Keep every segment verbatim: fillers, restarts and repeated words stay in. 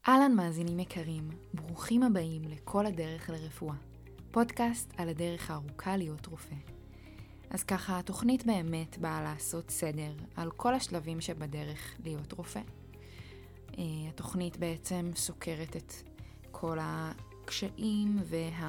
אהלן מאזינים יקרים, ברוכים הבאים לכל הדרך לרפואה, פודקאסט על הדרך הארוכה להיות רופא. אז ככה, התוכנית באמת באה לעשות סדר על כל השלבים שבדרך להיות רופא. התוכנית בעצם סוקרת את כל הקשיים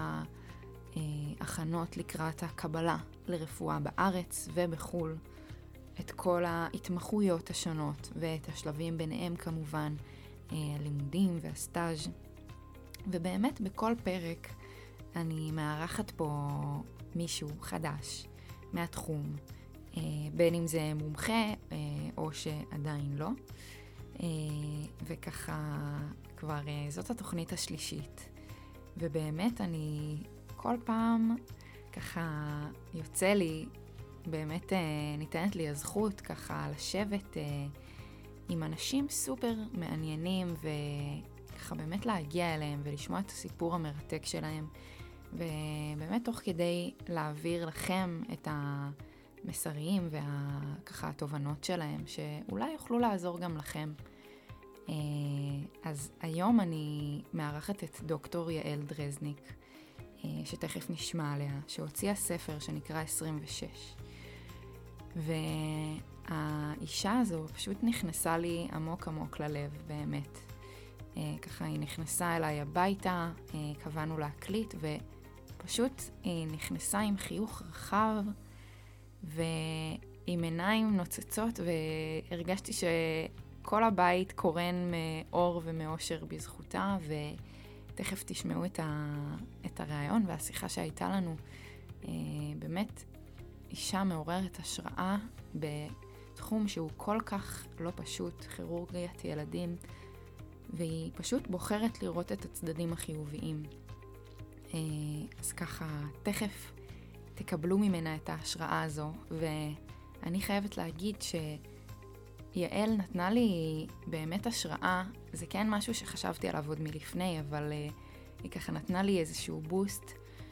וההכנות לקראת הקבלה לרפואה בארץ ובחול, את כל ההתמחויות השונות ואת השלבים ביניהם כמובן, הלימודים והסטאז'. ובאמת בכל פרק אני מארחת פה מישהו חדש מהתחום, בין אם זה מומחה או שעדיין לא. וככה כבר זאת התוכנית השלישית. ובאמת אני כל פעם ככה יוצא לי, באמת ניתנת לי הזכות ככה לשבת עם אנשים סופר מעניינים וככה באמת להגיע אליהם ולשמוע את הסיפור המרתק שלהם, ובאמת תוך כדי להעביר לכם את המסרים וככה התובנות שלהם שאולי יוכלו לעזור גם לכם. אז היום אני מארחת את דוקטור יעל דרזניק, שתכף נשמע עליה, שהוציאה ספר שנקרא עשרים ושש. והאישה הזו פשוט נכנסה לי עמוק עמוק ללב, באמת. ככה היא נכנסה אליי הביתה, קבענו להקליט, ופשוט היא נכנסה עם חיוך רחב, ועם עיניים נוצצות, והרגשתי שכל הבית קורן מאור ומאושר בזכותה, ותכף תשמעו את, ה... את הרעיון והשיחה שהייתה לנו. באמת, אישה מעוררת השראה בתחום שהוא כל כך לא פשוט, כירורגיית ילדים, והיא פשוט בוחרת לראות את הצדדים החיוביים. אז ככה, תכף תקבלו ממנה את ההשראה הזו, ואני חייבת להגיד שיעל נתנה לי באמת השראה. זה כן משהו שחשבתי עליו עוד מלפני, אבל היא ככה נתנה לי איזשהו בוסט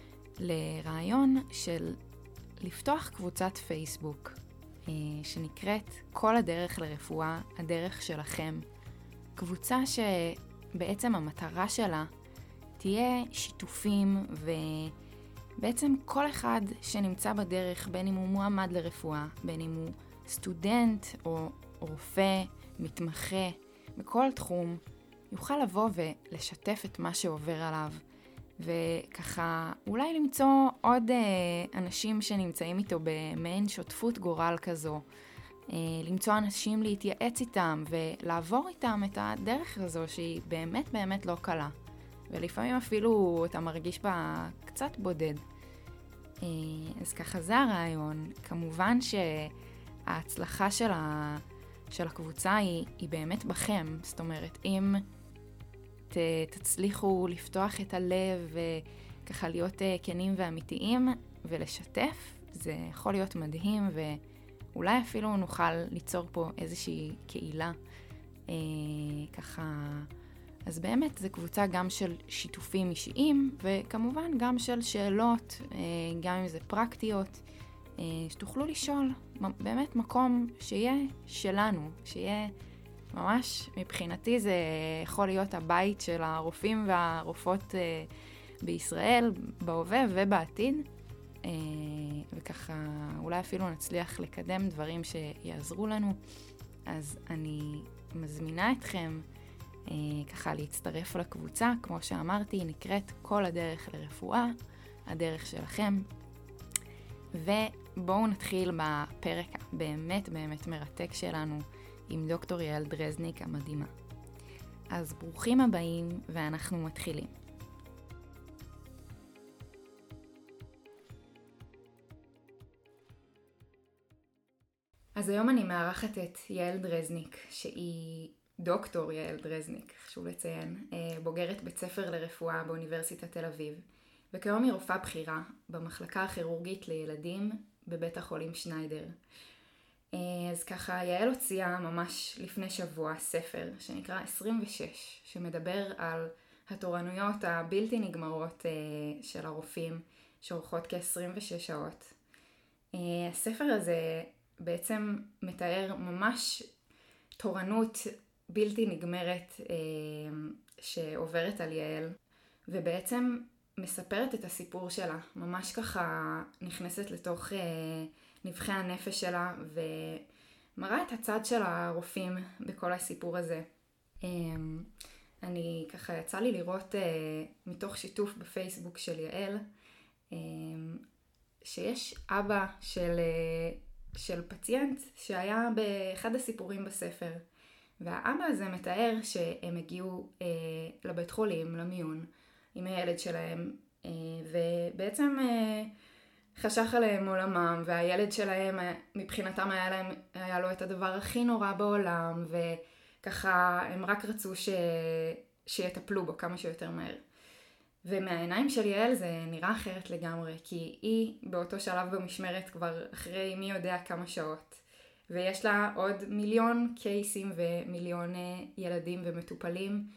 לרעיון של לפתוח קבוצת פייסבוק שנקראת כל הדרך לרפואה, הדרך שלכם. קבוצה שבעצם המטרה שלה תהיה שיתופים, ובעצם כל אחד שנמצא בדרך, בין אם הוא מועמד לרפואה, בין אם הוא סטודנט או רופא, מתמחה, בכל תחום, יוכל לבוא ולשתף את מה שעובר עליו. וככה אולי למצוא עוד אה, אנשים שנמצאים איתו במעין שותפות גורל כזו, אה, למצוא אנשים להתייעץ איתם ולעבור איתם את הדרך הזו שהיא באמת באמת לא קלה, ולפעמים אפילו אתה מרגיש בה קצת בודד. אה, אז ככה זה הרעיון. כמובן שההצלחה של, ה, של הקבוצה היא, היא באמת בכם. זאת אומרת, אם ת, תצליחו לפתוח את הלב וככה להיות כנים ואמיתיים ולשתף, זה יכול להיות מדהים, ואולי אפילו נוכל ליצור פה איזושהי קהילה. אה, ככה, אז באמת זו קבוצה גם של שיתופים אישיים, וכמובן גם של שאלות, אה, גם אם זה פרקטיות, אה, שתוכלו לשאול. באמת מקום שיהיה שלנו, שיהיה ממש, מבחינתי זה יכול להיות הבית של הרופאים והרופאות אה, בישראל, בהווה ובעתיד, אה, וככה אולי אפילו נצליח לקדם דברים שיעזרו לנו. אז אני מזמינה אתכם אה, ככה להצטרף לקבוצה. כמו שאמרתי, היא נקראת כל הדרך לרפואה, הדרך שלכם. ובואו נתחיל בפרק באמת באמת מרתק שלנו עם דוקטור יעל דרזניק המדהימה. אז ברוכים הבאים ואנחנו מתחילים. אז היום אני מארחת את יעל דרזניק, שהיא דוקטור יעל דרזניק, חשוב לציין, בוגרת בית ספר לרפואה באוניברסיטת תל אביב, וכיום היא רופאה בכירה במחלקה הכירורגית לילדים בבית החולים שניידר. אז ככה, יעל הוציאה ממש לפני שבוע ספר שנקרא עשרים ושש, שמדבר על התורנויות הבלתי נגמרות של הרופאים, שעורכות כ-עשרים ושש שעות. הספר הזה בעצם מתאר ממש תורנות בלתי נגמרת שעוברת על יעל, ובעצם מספרת את הסיפור שלה, ממש ככה נכנסת לתוך נבחי הנפש שלה, ומראה את הצד של הרופאים בכל הסיפור הזה. אני ככה יצא לי לראות מתוך שיתוף בפייסבוק של יעל, שיש אבא של, של פציינט שהיה באחד הסיפורים בספר. והאבא הזה מתאר שהם הגיעו אה, לבית חולים, למיון, עם הילד שלהם, אה, ובעצם אה, חשך עליהם עולמם, והילד שלהם מבחינתם היה, להם, היה לו את הדבר הכי נורא בעולם, וככה הם רק רצו ש... שיטפלו בו כמה שיותר מהר. ומהעיניים של יעל זה נראה אחרת לגמרי, כי היא באותו שלב במשמרת כבר אחרי מי יודע כמה שעות. ויש לה עוד מיליון קייסים ומיליון ילדים ומטופלים.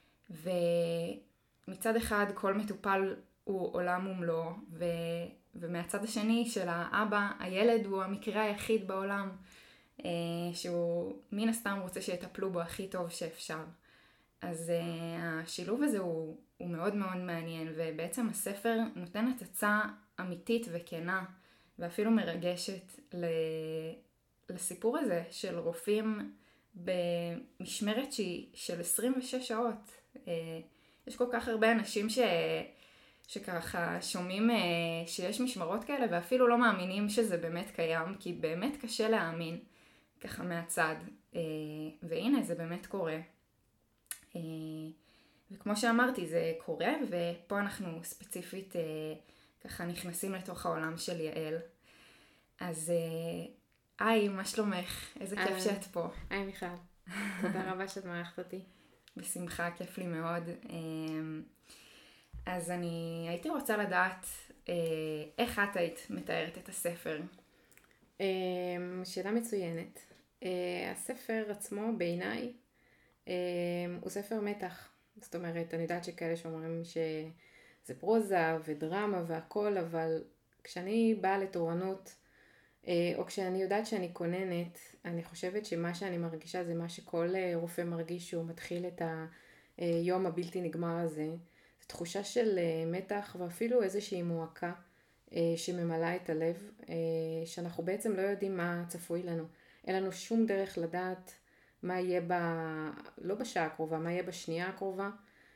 ומצד אחד כל מטופל הוא עולם ומלואו, ו... ומהצד השני של האבא, הילד הוא המקרה היחיד בעולם, שהוא מן הסתם רוצה שיטפלו בו הכי טוב שאפשר. אז השילוב הזה הוא, הוא מאוד מאוד מעניין, ובעצם הספר נותן הצצה אמיתית וכנה, ואפילו מרגשת ל... לסיפור הזה של רופאים במשמרת שהיא של עשרים ושש שעות. יש כל כך הרבה אנשים ש... שככה שומעים שיש משמרות כאלה, ואפילו לא מאמינים שזה באמת קיים, כי באמת קשה להאמין ככה מהצד. והנה, זה באמת קורה. וכמו שאמרתי, זה קורה, ופה אנחנו ספציפית ככה נכנסים לתוך העולם של יעל. אז היי, מה שלומך? איזה כיף שאת פה. היי מיכל, תודה רבה שאת מערכת אותי. בשמחה, כיף לי מאוד. אז אני הייתי רוצה לדעת איך את היית מתארת את הספר. שאלה מצוינת. הספר עצמו בעיניי הוא ספר מתח. זאת אומרת, אני יודעת שכאלה שאומרים שזה פרוזה ודרמה והכל, אבל כשאני באה לתורנות, או כשאני יודעת שאני כוננת, אני חושבת שמה שאני מרגישה זה מה שכל רופא מרגיש שהוא מתחיל את היום הבלתי נגמר הזה. זו תחושה של מתח ואפילו איזושהי מועקה שממלאה את הלב, שאנחנו בעצם לא יודעים מה צפוי לנו. אין לנו שום דרך לדעת מה יהיה ב... לא בשעה הקרובה, מה יהיה בשנייה הקרובה.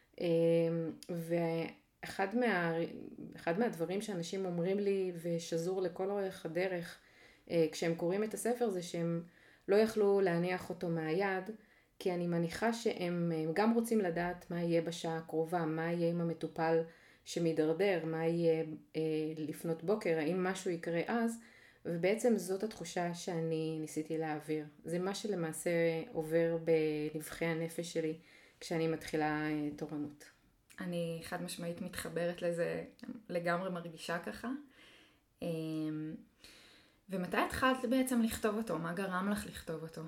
ואחד מה... אחד מהדברים שאנשים אומרים לי ושזור לכל אורך הדרך, כשהם קוראים את הספר, זה שהם לא יכלו להניח אותו מהיד, כי אני מניחה שהם גם רוצים לדעת מה יהיה בשעה הקרובה, מה יהיה עם המטופל שמתדרדר, מה יהיה אה, לפנות בוקר, האם משהו יקרה אז, ובעצם זאת התחושה שאני ניסיתי להעביר. זה מה שלמעשה עובר בנבחי הנפש שלי כשאני מתחילה אה, תורנות. אני חד משמעית מתחברת לזה, לגמרי מרגישה ככה. אה... ומתי התחלת בעצם לכתוב אותו? מה גרם לך לכתוב אותו?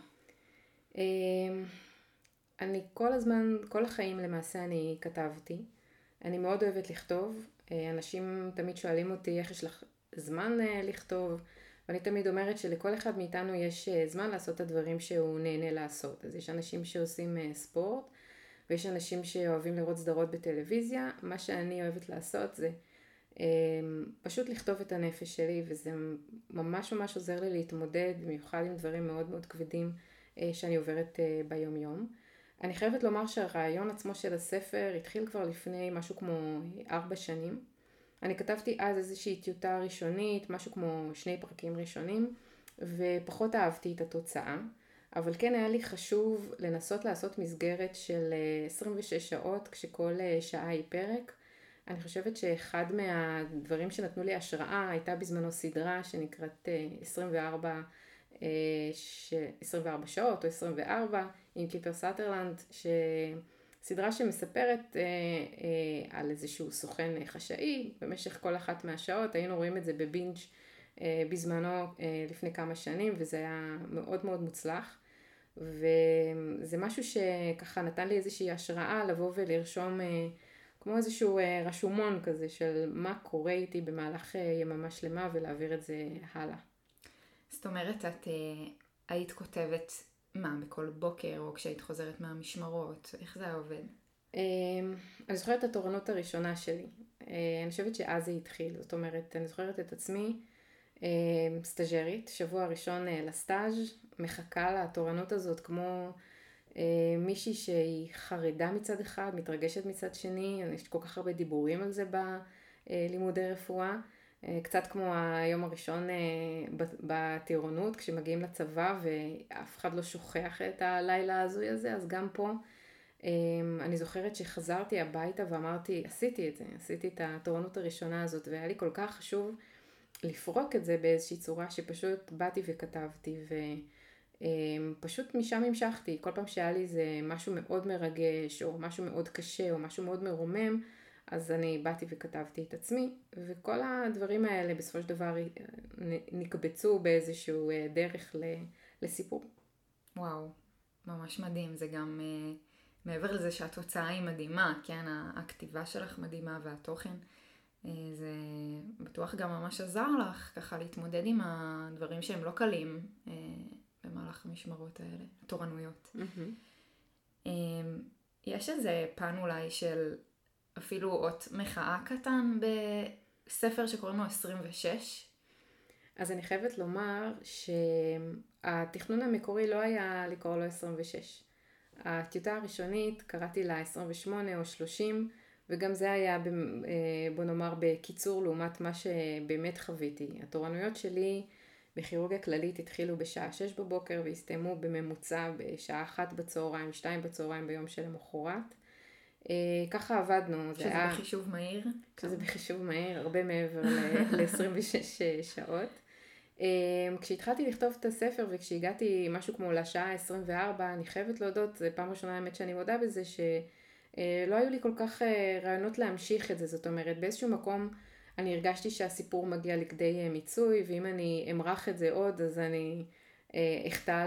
אני כל הזמן, כל החיים למעשה אני כתבתי. אני מאוד אוהבת לכתוב. אנשים תמיד שואלים אותי איך יש לך זמן לכתוב, ואני תמיד אומרת שלכל אחד מאיתנו יש זמן לעשות את הדברים שהוא נהנה לעשות. אז יש אנשים שעושים ספורט, ויש אנשים שאוהבים לראות סדרות בטלוויזיה. מה שאני אוהבת לעשות זה פשוט לכתוב את הנפש שלי, וזה ממש ממש עוזר לי להתמודד, במיוחד עם דברים מאוד מאוד כבדים שאני עוברת ביום יום. אני חייבת לומר שהרעיון עצמו של הספר התחיל כבר לפני משהו כמו ארבע שנים. אני כתבתי אז איזושהי טיוטה ראשונית, משהו כמו שני פרקים ראשונים, ופחות אהבתי את התוצאה. אבל כן היה לי חשוב לנסות לעשות מסגרת של עשרים ושש שעות, כשכל שעה היא פרק. אני חושבת שאחד מהדברים שנתנו לי השראה הייתה בזמנו סדרה שנקראת עשרים וארבע, עשרים וארבע שעות או עשרים וארבע עם קיפר סאטרלנד, סדרה שמספרת על איזשהו סוכן חשאי. במשך כל אחת מהשעות היינו רואים את זה בבינג' בזמנו לפני כמה שנים, וזה היה מאוד מאוד מוצלח. וזה משהו שככה נתן לי איזושהי השראה לבוא ולרשום כמו איזשהו רשומון כזה של מה קורה איתי במהלך יממה שלמה, ולהעביר את זה הלאה. זאת אומרת, את היית כותבת מה, בכל בוקר או כשהיית חוזרת מהמשמרות? איך זה היה עובד? אני זוכרת את התורנות הראשונה שלי. אני חושבת שאז זה התחיל. זאת אומרת, אני זוכרת את עצמי סטאג'רית, שבוע ראשון לסטאז', מחכה לתורנות הזאת כמו מישהי שהיא חרדה מצד אחד, מתרגשת מצד שני, יש כל כך הרבה דיבורים על זה בלימודי רפואה, קצת כמו היום הראשון בטירונות, כשמגיעים לצבא ואף אחד לא שוכח את הלילה ההזוי הזה, אז גם פה אני זוכרת שחזרתי הביתה ואמרתי, עשיתי את זה, עשיתי את התורנות הראשונה הזאת, והיה לי כל כך חשוב לפרוק את זה באיזושהי צורה שפשוט באתי וכתבתי, ופשוט משם המשכתי. כל פעם שהיה לי זה משהו מאוד מרגש, או משהו מאוד קשה, או משהו מאוד מרומם, אז אני באתי וכתבתי את עצמי, וכל הדברים האלה בסופו של דבר נקבצו באיזשהו דרך לסיפור. וואו, ממש מדהים. זה גם מעבר לזה שהתוצאה היא מדהימה, כן, הכתיבה שלך מדהימה והתוכן. זה בטוח גם ממש עזר לך ככה להתמודד עם הדברים שהם לא קלים במהלך המשמרות האלה, תורנויות. Mm-hmm. יש איזה פן אולי של אפילו אות מחאה קטן בספר שקוראים לו עשרים ושש? אז אני חייבת לומר שהתכנון המקורי לא היה לקרוא לו עשרים ושש. הטיוטה הראשונית קראתי לה עשרים ושמונה או שלושים, וגם זה היה, בוא נאמר, בקיצור לעומת מה שבאמת חוויתי. התורנויות שלי בכירורגיה כללית התחילו בשעה שש בבוקר והסתיימו בממוצע בשעה אחת בצהריים, שתיים בצהריים ביום של המחרת. ככה עבדנו. שזה היה... בחישוב מהיר? שזה בחישוב מהיר, הרבה מעבר ל-עשרים ושש שעות. כשהתחלתי לכתוב את הספר וכשהגעתי משהו כמו לשעה עשרים וארבע, אני חייבת להודות, זה פעם ראשונה האמת שאני מודה בזה, שלא היו לי כל כך רעיונות להמשיך את זה. זאת אומרת, באיזשהו מקום אני הרגשתי שהסיפור מגיע לכדי מיצוי, ואם אני אמרח את זה עוד, אז אני אחטא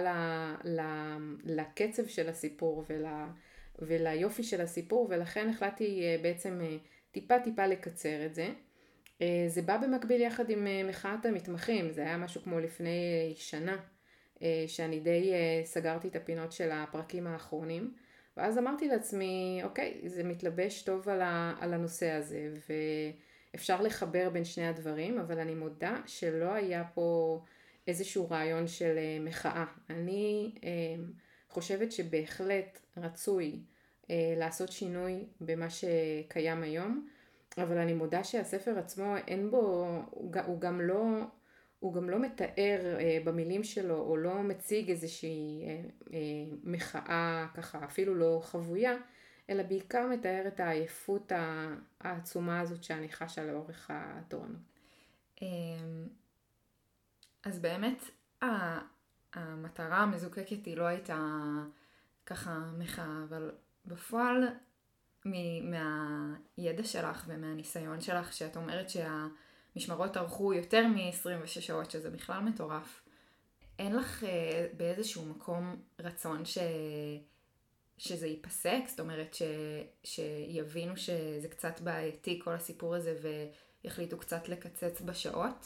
לקצב של הסיפור ול... וליופי של הסיפור, ולכן החלטתי בעצם טיפה טיפה לקצר את זה. זה בא במקביל יחד עם מחאת המתמחים, זה היה משהו כמו לפני שנה, שאני די סגרתי את הפינות של הפרקים האחרונים, ואז אמרתי לעצמי, אוקיי, זה מתלבש טוב על הנושא הזה, ואפשר לחבר בין שני הדברים, אבל אני מודה שלא היה פה איזשהו רעיון של מחאה. אני חושבת שבהחלט רצוי לעשות שינוי במה שקיים היום, אבל אני מודה שהספר עצמו אין בו, הוא גם לא, הוא גם לא מתאר במילים שלו, או לא מציג איזושהי מחאה ככה, אפילו לא חבויה, אלא בעיקר מתאר את העייפות העצומה הזאת שאני חשה לאורך התורנות. אז באמת המטרה המזוקקת היא לא הייתה ככה מחאה, אבל בפועל מהידע שלך ומהניסיון שלך, שאת אומרת שהמשמרות ארכו יותר מ-עשרים ושש שעות, שזה בכלל מטורף, אין לך באיזשהו מקום רצון ש... שזה ייפסק? זאת אומרת ש... שיבינו שזה קצת בעייתי כל הסיפור הזה ויחליטו קצת לקצץ בשעות?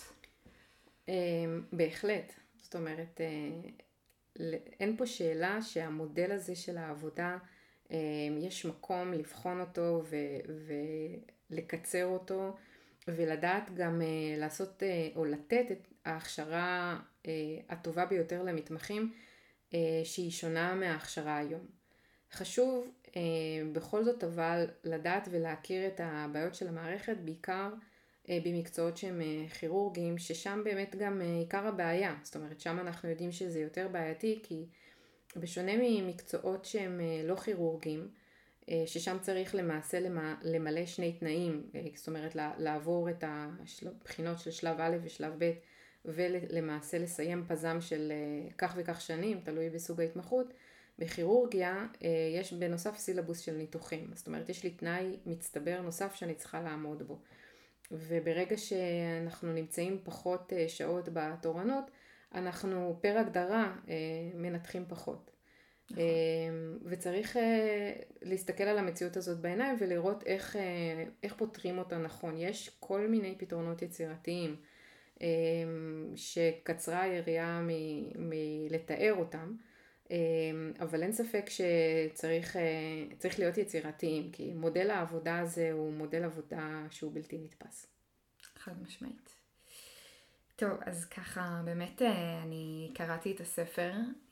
בהחלט. זאת אומרת, אין פה שאלה שהמודל הזה של העבודה, יש מקום לבחון אותו ולקצר אותו, ולדעת גם לעשות או לתת את ההכשרה הטובה ביותר למתמחים, שהיא שונה מההכשרה היום. חשוב בכל זאת אבל לדעת ולהכיר את הבעיות של המערכת, בעיקר במקצועות שהם כירורגיים, ששם באמת גם עיקר הבעיה. זאת אומרת, שם אנחנו יודעים שזה יותר בעייתי, כי בשונה ממקצועות שהם לא כירורגיים, ששם צריך למעשה למלא שני תנאים, זאת אומרת לעבור את הבחינות של שלב א' ושלב ב', ולמעשה לסיים פזם של כך וכך שנים, תלוי בסוג ההתמחות. בכירורגיה יש בנוסף סילבוס של ניתוחים, זאת אומרת יש לי תנאי מצטבר נוסף שאני צריכה לעמוד בו. וברגע שאנחנו נמצאים פחות שעות בתורנות, אנחנו פר הגדרה מנתחים פחות. נכון. וצריך להסתכל על המציאות הזאת בעיניים ולראות איך, איך פותרים אותה נכון. יש כל מיני פתרונות יצירתיים שקצרה היריעה מ- מלתאר אותם, אבל אין ספק שצריך צריך להיות יצירתיים, כי מודל העבודה הזה הוא מודל עבודה שהוא בלתי נתפס. חד משמעית. טוב, אז ככה, באמת אני קראתי את הספר,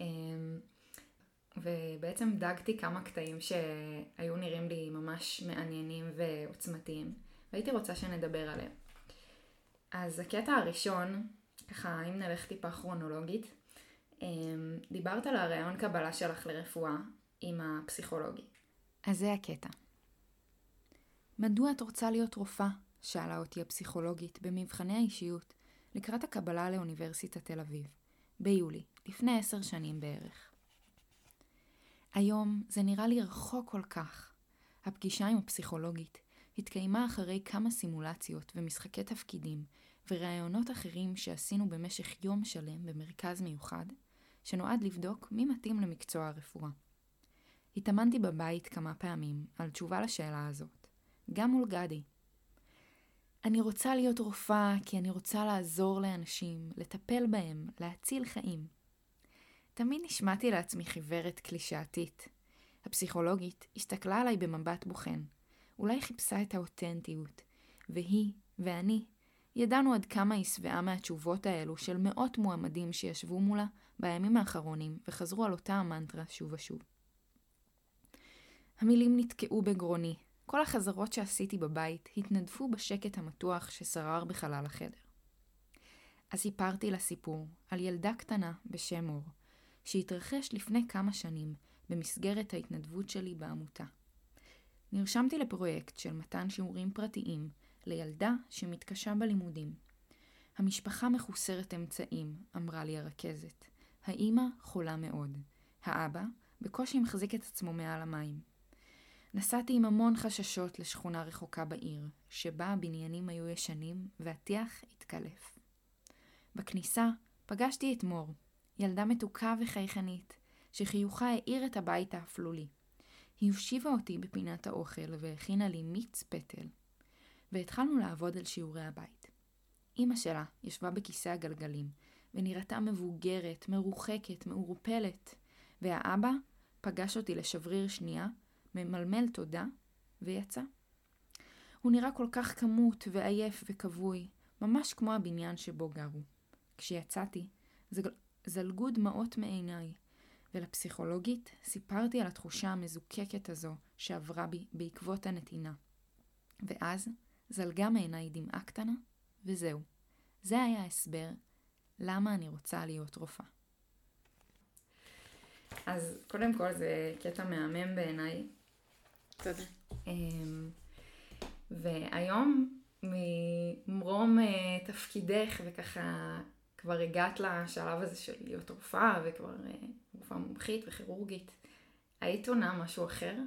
ובעצם דגתי כמה קטעים שהיו נראים לי ממש מעניינים ועוצמתיים, והייתי רוצה שנדבר עליהם. אז הקטע הראשון, ככה, אם נלך טיפה כרונולוגית, דיברת על הרעיון קבלה שלך לרפואה עם הפסיכולוגי. אז זה הקטע. מדוע את רוצה להיות רופאה? שאלה אותי הפסיכולוגית במבחני האישיות לקראת הקבלה לאוניברסיטת תל אביב, ביולי, לפני עשר שנים בערך. היום זה נראה לי רחוק כל כך. הפגישה עם הפסיכולוגית התקיימה אחרי כמה סימולציות ומשחקי תפקידים ורעיונות אחרים שעשינו במשך יום שלם במרכז מיוחד, שנועד לבדוק מי מתאים למקצוע הרפואה. התאמנתי בבית כמה פעמים על תשובה לשאלה הזאת, גם מול גדי. אני רוצה להיות רופאה כי אני רוצה לעזור לאנשים, לטפל בהם, להציל חיים. תמיד נשמעתי לעצמי חיוורת קלישאתית. הפסיכולוגית הסתכלה עליי במבט בוחן, אולי חיפשה את האותנטיות, והיא ואני ידענו עד כמה היא שבעה מהתשובות האלו של מאות מועמדים שישבו מולה בימים האחרונים וחזרו על אותה המנטרה שוב ושוב. המילים נתקעו בגרוני. כל החזרות שעשיתי בבית התנדפו בשקט המתוח ששרר בחלל החדר. אז סיפרתי לה סיפור על ילדה קטנה בשם אור, שהתרחש לפני כמה שנים במסגרת ההתנדבות שלי בעמותה. נרשמתי לפרויקט של מתן שיעורים פרטיים לילדה שמתקשה בלימודים. המשפחה מחוסרת אמצעים, אמרה לי הרכזת. האמא חולה מאוד. האבא בקושי מחזיק את עצמו מעל המים. נסעתי עם המון חששות לשכונה רחוקה בעיר, שבה הבניינים היו ישנים והטיח התקלף. בכניסה פגשתי את מור, ילדה מתוקה וחייכנית, שחיוכה האיר את הבית האפלולי. היא הושיבה אותי בפינת האוכל והכינה לי מיץ פטל, והתחלנו לעבוד על שיעורי הבית. אמא שלה ישבה בכיסא הגלגלים, ונראתה מבוגרת, מרוחקת, מעורפלת, והאבא פגש אותי לשבריר שנייה, ממלמל תודה, ויצא. הוא נראה כל כך כמות ועייף וכבוי, ממש כמו הבניין שבו גרו. כשיצאתי, זלגו דמעות מעיניי, ולפסיכולוגית סיפרתי על התחושה המזוקקת הזו שעברה בי בעקבות הנתינה. ואז זלגה מעיניי דמעה קטנה, וזהו. זה היה ההסבר למה אני רוצה להיות רופאה. אז קודם כל זה קטע מהמם בעיניי. תודה. והיום ממרום תפקידך וככה כבר הגעת לשלב הזה של להיות רופאה וכבר רופאה מומחית וכירורגית, היית עונה משהו אחר?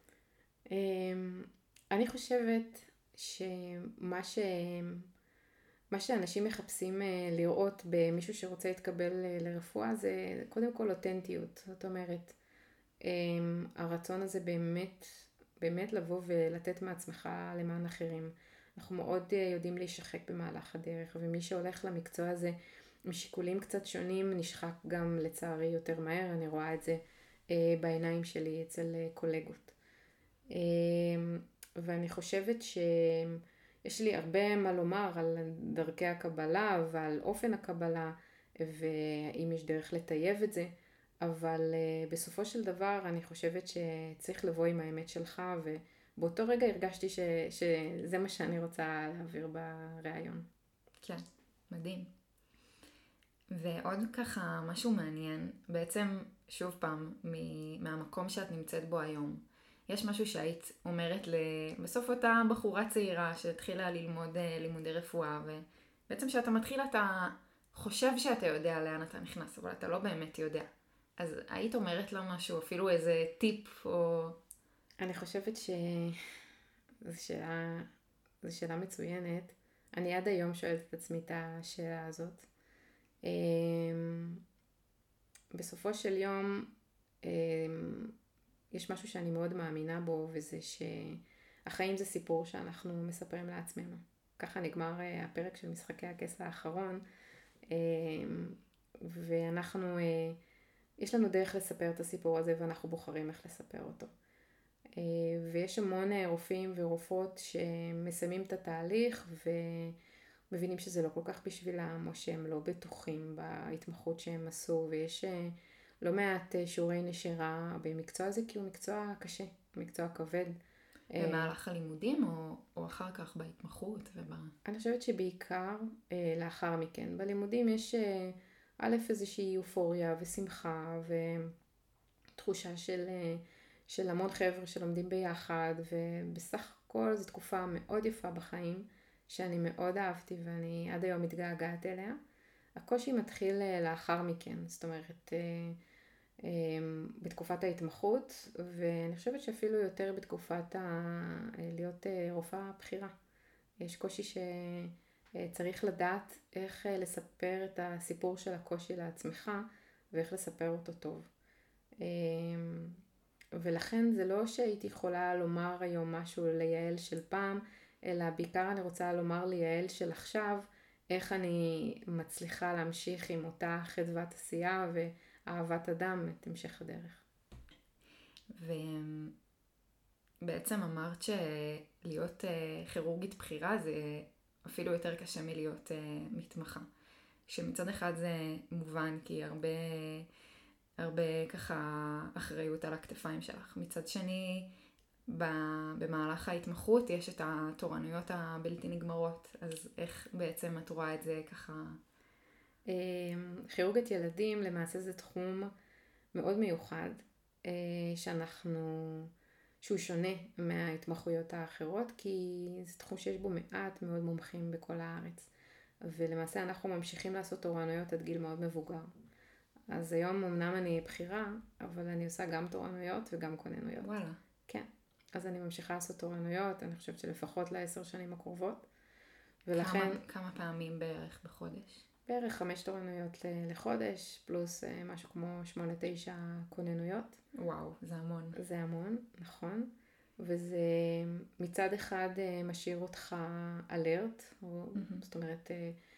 אני חושבת שמה ש... מה שאנשים מחפשים לראות במישהו שרוצה להתקבל לרפואה זה קודם כל אותנטיות. זאת אומרת, הרצון הזה באמת, באמת לבוא ולתת מעצמך למען אחרים. אנחנו מאוד יודעים להישחק במהלך הדרך, ומי שהולך למקצוע הזה משיקולים קצת שונים נשחק גם לצערי יותר מהר. אני רואה את זה בעיניים שלי אצל קולגות. ואני חושבת ש... יש לי הרבה מה לומר על דרכי הקבלה ועל אופן הקבלה, ואם יש דרך לטייב את זה, אבל uh, בסופו של דבר אני חושבת שצריך לבוא עם האמת שלך, ובאותו רגע הרגשתי ש, שזה מה שאני רוצה להעביר בראיון. כן, מדהים. ועוד ככה משהו מעניין, בעצם שוב פעם, מהמקום שאת נמצאת בו היום, יש משהו שהיית אומרת בסוף אותה בחורה צעירה שהתחילה ללמוד לימודי רפואה, ובעצם שאתה מתחיל אתה חושב שאתה יודע לאן אתה נכנס, אבל אתה לא באמת יודע. אז היית אומרת לה משהו, אפילו איזה טיפ או... אני חושבת שזו שאלה, זו שאלה מצוינת. אני עד היום שואלת את עצמי את השאלה הזאת. בסופו של יום... יש משהו שאני מאוד מאמינה בו, וזה שהחיים זה סיפור שאנחנו מספרים לעצמנו. ככה נגמר הפרק של משחקי הכס האחרון, ואנחנו יש לנו דרך לספר את הסיפור הזה ואנחנו בוחרים איך לספר אותו. ויש המון רופאים ורופאות שמסיימים את התהליך ומבינים שזה לא כל כך בשבילם, או שהם לא בטוחים בהתמחות שהם עשו, ויש לא מעט שיעורי נשירה במקצוע הזה, כי הוא מקצוע קשה, מקצוע כבד. במהלך הלימודים או, או אחר כך בהתמחות? ובא... אני חושבת שבעיקר לאחר מכן. בלימודים יש א' איזושהי אופוריה ושמחה ותחושה של... של המון חבר'ה שלומדים ביחד, ובסך הכל זו תקופה מאוד יפה בחיים, שאני מאוד אהבתי ואני עד היום מתגעגעת אליה. הקושי מתחיל לאחר מכן, זאת אומרת, בתקופת ההתמחות, ואני חושבת שאפילו יותר בתקופת ה... להיות רופאה בחירה. יש קושי שצריך לדעת איך לספר את הסיפור של הקושי לעצמך, ואיך לספר אותו טוב. ולכן זה לא שהייתי יכולה לומר היום משהו ליעל של פעם, אלא בעיקר אני רוצה לומר ליעל של עכשיו, איך אני מצליחה להמשיך עם אותה חדוות עשייה ואהבת אדם את המשך הדרך. ובעצם אמרת שלהיות כירורגית בחירה זה אפילו יותר קשה מלהיות מתמחה. שמצד אחד זה מובן כי הרבה... הרבה ככה אחריות על הכתפיים שלך. מצד שני, במהלך ההתמחות יש את התורנויות הבלתי נגמרות, אז איך בעצם את רואה את זה ככה? כירורגית ילדים למעשה זה תחום מאוד מיוחד, שאנחנו, שהוא שונה מההתמחויות האחרות, כי זה תחום שיש בו מעט מאוד מומחים בכל הארץ. ולמעשה אנחנו ממשיכים לעשות תורנויות עד גיל מאוד מבוגר. אז היום אמנם אני בחירה, אבל אני עושה גם תורנויות וגם כוננויות. וואלה. כן. אז אני ממשיכה לעשות תורנויות, אני חושבת שלפחות לעשר שנים הקרובות. ולכן... כמה, כמה פעמים בערך בחודש? בערך חמש תורנויות לחודש, פלוס משהו כמו שמונה תשע כוננויות. וואו, זה המון. זה המון, נכון. וזה מצד אחד משאיר אותך אלרט, או, mm-hmm. זאת אומרת...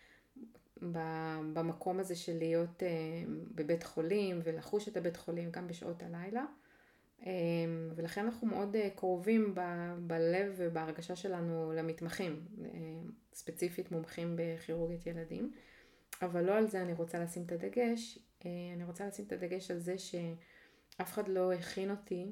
במקום הזה של להיות בבית חולים ולחוש את הבית חולים גם בשעות הלילה. ולכן אנחנו מאוד קרובים ב- בלב ובהרגשה שלנו למתמחים, ספציפית מומחים בכירורגית ילדים. אבל לא על זה אני רוצה לשים את הדגש. אני רוצה לשים את הדגש על זה שאף אחד לא הכין אותי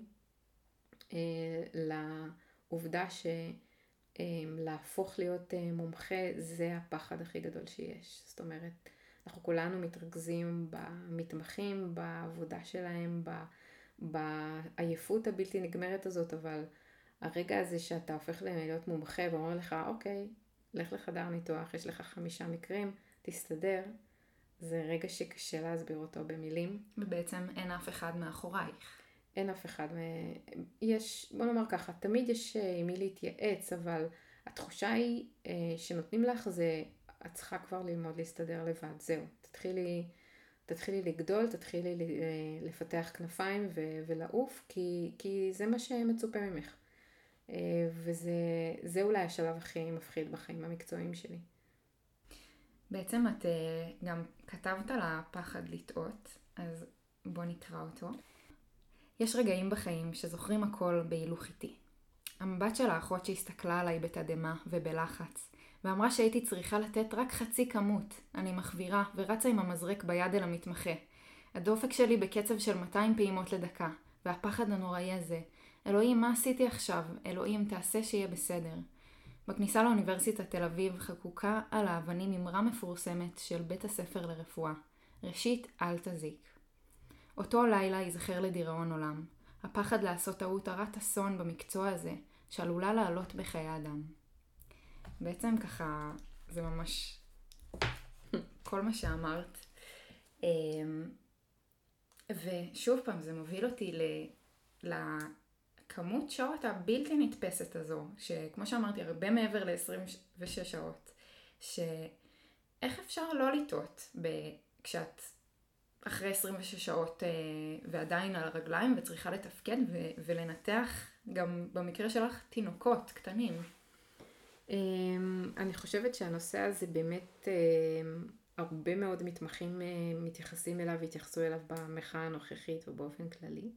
לעובדה ש... להפוך להיות מומחה זה הפחד הכי גדול שיש. זאת אומרת, אנחנו כולנו מתרכזים במתמחים, בעבודה שלהם, בעייפות הבלתי נגמרת הזאת, אבל הרגע הזה שאתה הופך להיות מומחה ואומר לך, אוקיי, לך לחדר ניתוח, יש לך חמישה מקרים, תסתדר, זה רגע שקשה להסביר אותו במילים. ובעצם אין אף אחד מאחורייך. אין אף אחד, יש, בוא נאמר ככה, תמיד יש עם מי להתייעץ, אבל התחושה היא שנותנים לך זה, את צריכה כבר ללמוד להסתדר לבד, זהו, תתחילי, תתחילי לגדול, תתחילי לפתח כנפיים ו- ולעוף, כי, כי זה מה שמצופה ממך, וזה זה אולי השלב הכי מפחיד בחיים המקצועיים שלי. בעצם את גם כתבת על הפחד לטעות, אז בוא נקרא אותו. יש רגעים בחיים שזוכרים הכל בהילוך איטי. המבט של האחות שהסתכלה עליי בתדמה ובלחץ, ואמרה שהייתי צריכה לתת רק חצי כמות. אני מחבירה ורצה עם המזרק ביד אל המתמחה. הדופק שלי בקצב של מאתיים פעימות לדקה, והפחד הנוראי הזה. אלוהים, מה עשיתי עכשיו? אלוהים, תעשה שיהיה בסדר. בכניסה לאוניברסיטת תל אביב חקוקה על האבנים אמרה מפורסמת של בית הספר לרפואה. ראשית, אל תזיק. אותו לילה ייזכר לדיראון עולם. הפחד לעשות טעות הרת אסון במקצוע הזה, שעלולה לעלות בחיי אדם. בעצם ככה, זה ממש כל מה שאמרת. ושוב פעם, זה מוביל אותי לכמות שעות הבלתי נתפסת הזו, שכמו שאמרתי, הרבה מעבר ל-עשרים ושש שעות, שאיך אפשר לא לטעות כשאת אחרי עשרים ושש שעות ועדיין על הרגליים וצריכה לתפקד ו- ולנתח גם במקרה שלך תינוקות קטנים. אני חושבת שהנושא הזה באמת הרבה מאוד מתמחים מתייחסים אליו והתייחסו אליו במחאה הנוכחית ובאופן כללי.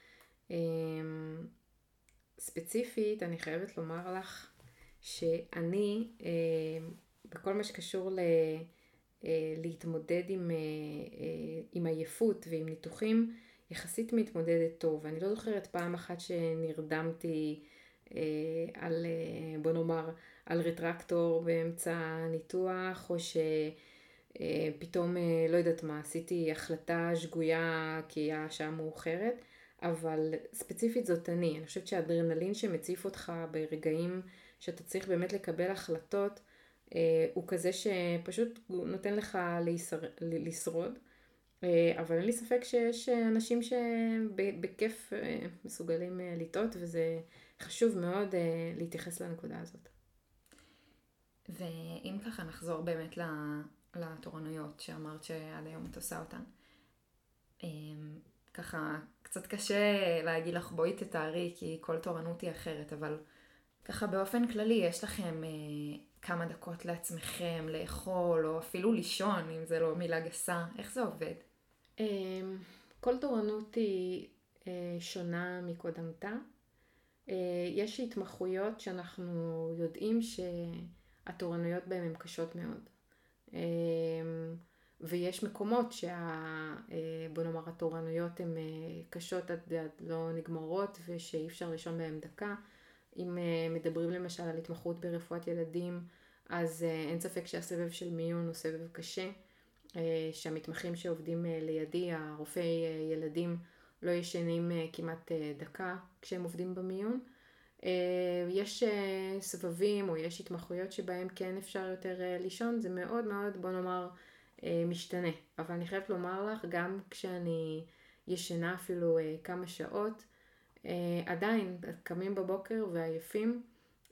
ספציפית, אני חייבת לומר לך שאני, בכל מה שקשור ל... להתמודד עם, עם עייפות ועם ניתוחים, יחסית מתמודדת טוב. אני לא זוכרת פעם אחת שנרדמתי על, בוא נאמר, על רטרקטור באמצע ניתוח, או שפתאום, לא יודעת מה, עשיתי החלטה שגויה כי היה שעה מאוחרת, אבל ספציפית זאת אני. אני חושבת שהאדרנלין שמציף אותך ברגעים שאתה צריך באמת לקבל החלטות, הוא כזה שפשוט נותן לך לשרוד, אבל אין לי ספק שיש אנשים שבכיף מסוגלים לטעות, וזה חשוב מאוד להתייחס לנקודה הזאת. ואם ככה נחזור באמת לתורנויות שאמרת שעד היום את עושה אותן, ככה קצת קשה להגיד לך בואי תתארי כי כל תורנות היא אחרת, אבל ככה באופן כללי יש לכם כמה דקות לעצמכם לאכול או אפילו לישון, אם זה לא מילה גסה, איך זה עובד? כל תורנות היא שונה מקודמתה. יש התמחויות שאנחנו יודעים שהתורנויות בהן הן קשות מאוד. ויש מקומות שה, בוא נאמר, התורנויות הן קשות עד לא נגמרות ושאי אפשר לישון בהן דקה. אם מדברים למשל על התמחות ברפואת ילדים, אז אין ספק שהסבב של מיון הוא סבב קשה, שהמתמחים שעובדים לידי, הרופאי ילדים, לא ישנים כמעט דקה כשהם עובדים במיון. יש סבבים או יש התמחויות שבהם כן אפשר יותר לישון, זה מאוד מאוד, בוא נאמר, משתנה. אבל אני חייבת לומר לך, גם כשאני ישנה אפילו כמה שעות, עדיין קמים בבוקר ועייפים,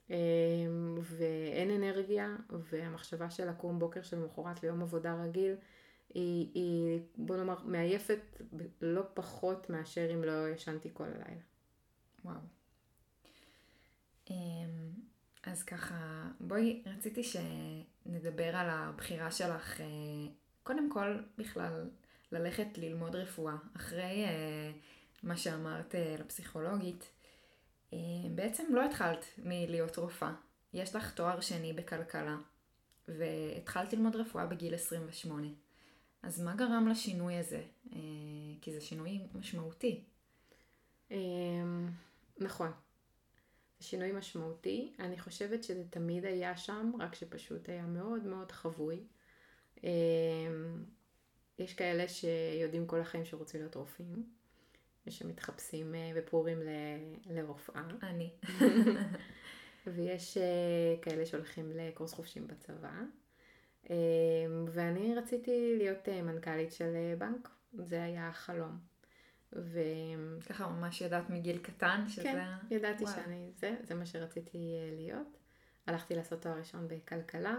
ואין אנרגיה, והמחשבה של לקום בוקר של מחרת ליום עבודה רגיל, היא, היא בוא נאמר, מעייפת לא פחות מאשר אם לא ישנתי כל הלילה. וואו. אז ככה, בואי, רציתי שנדבר על הבחירה שלך, קודם כל בכלל ללכת ללמוד רפואה, אחרי מה שאמרת לפסיכולוגית. בעצם לא התחלת מלהיות רופאה, יש לך תואר שני בכלכלה, והתחלת ללמוד רפואה בגיל עשרים ושמונה. אז מה גרם לשינוי הזה? כי זה שינוי משמעותי. נכון. זה שינוי משמעותי. אני חושבת שזה תמיד היה שם, רק שפשוט היה מאוד מאוד חבוי. יש כאלה שיודעים כל החיים שרוצים להיות רופאים, ושמתחפשים ופורים ל- לרופאה. אני. ויש כאלה שהולכים לקורס חופשים בצבא. ואני רציתי להיות מנכ"לית של בנק. זה היה החלום. ו... ככה ממש ידעת מגיל קטן שזה... כן, ידעתי וואו. שאני... זה, זה מה שרציתי להיות. הלכתי לעשות תואר ראשון בכלכלה,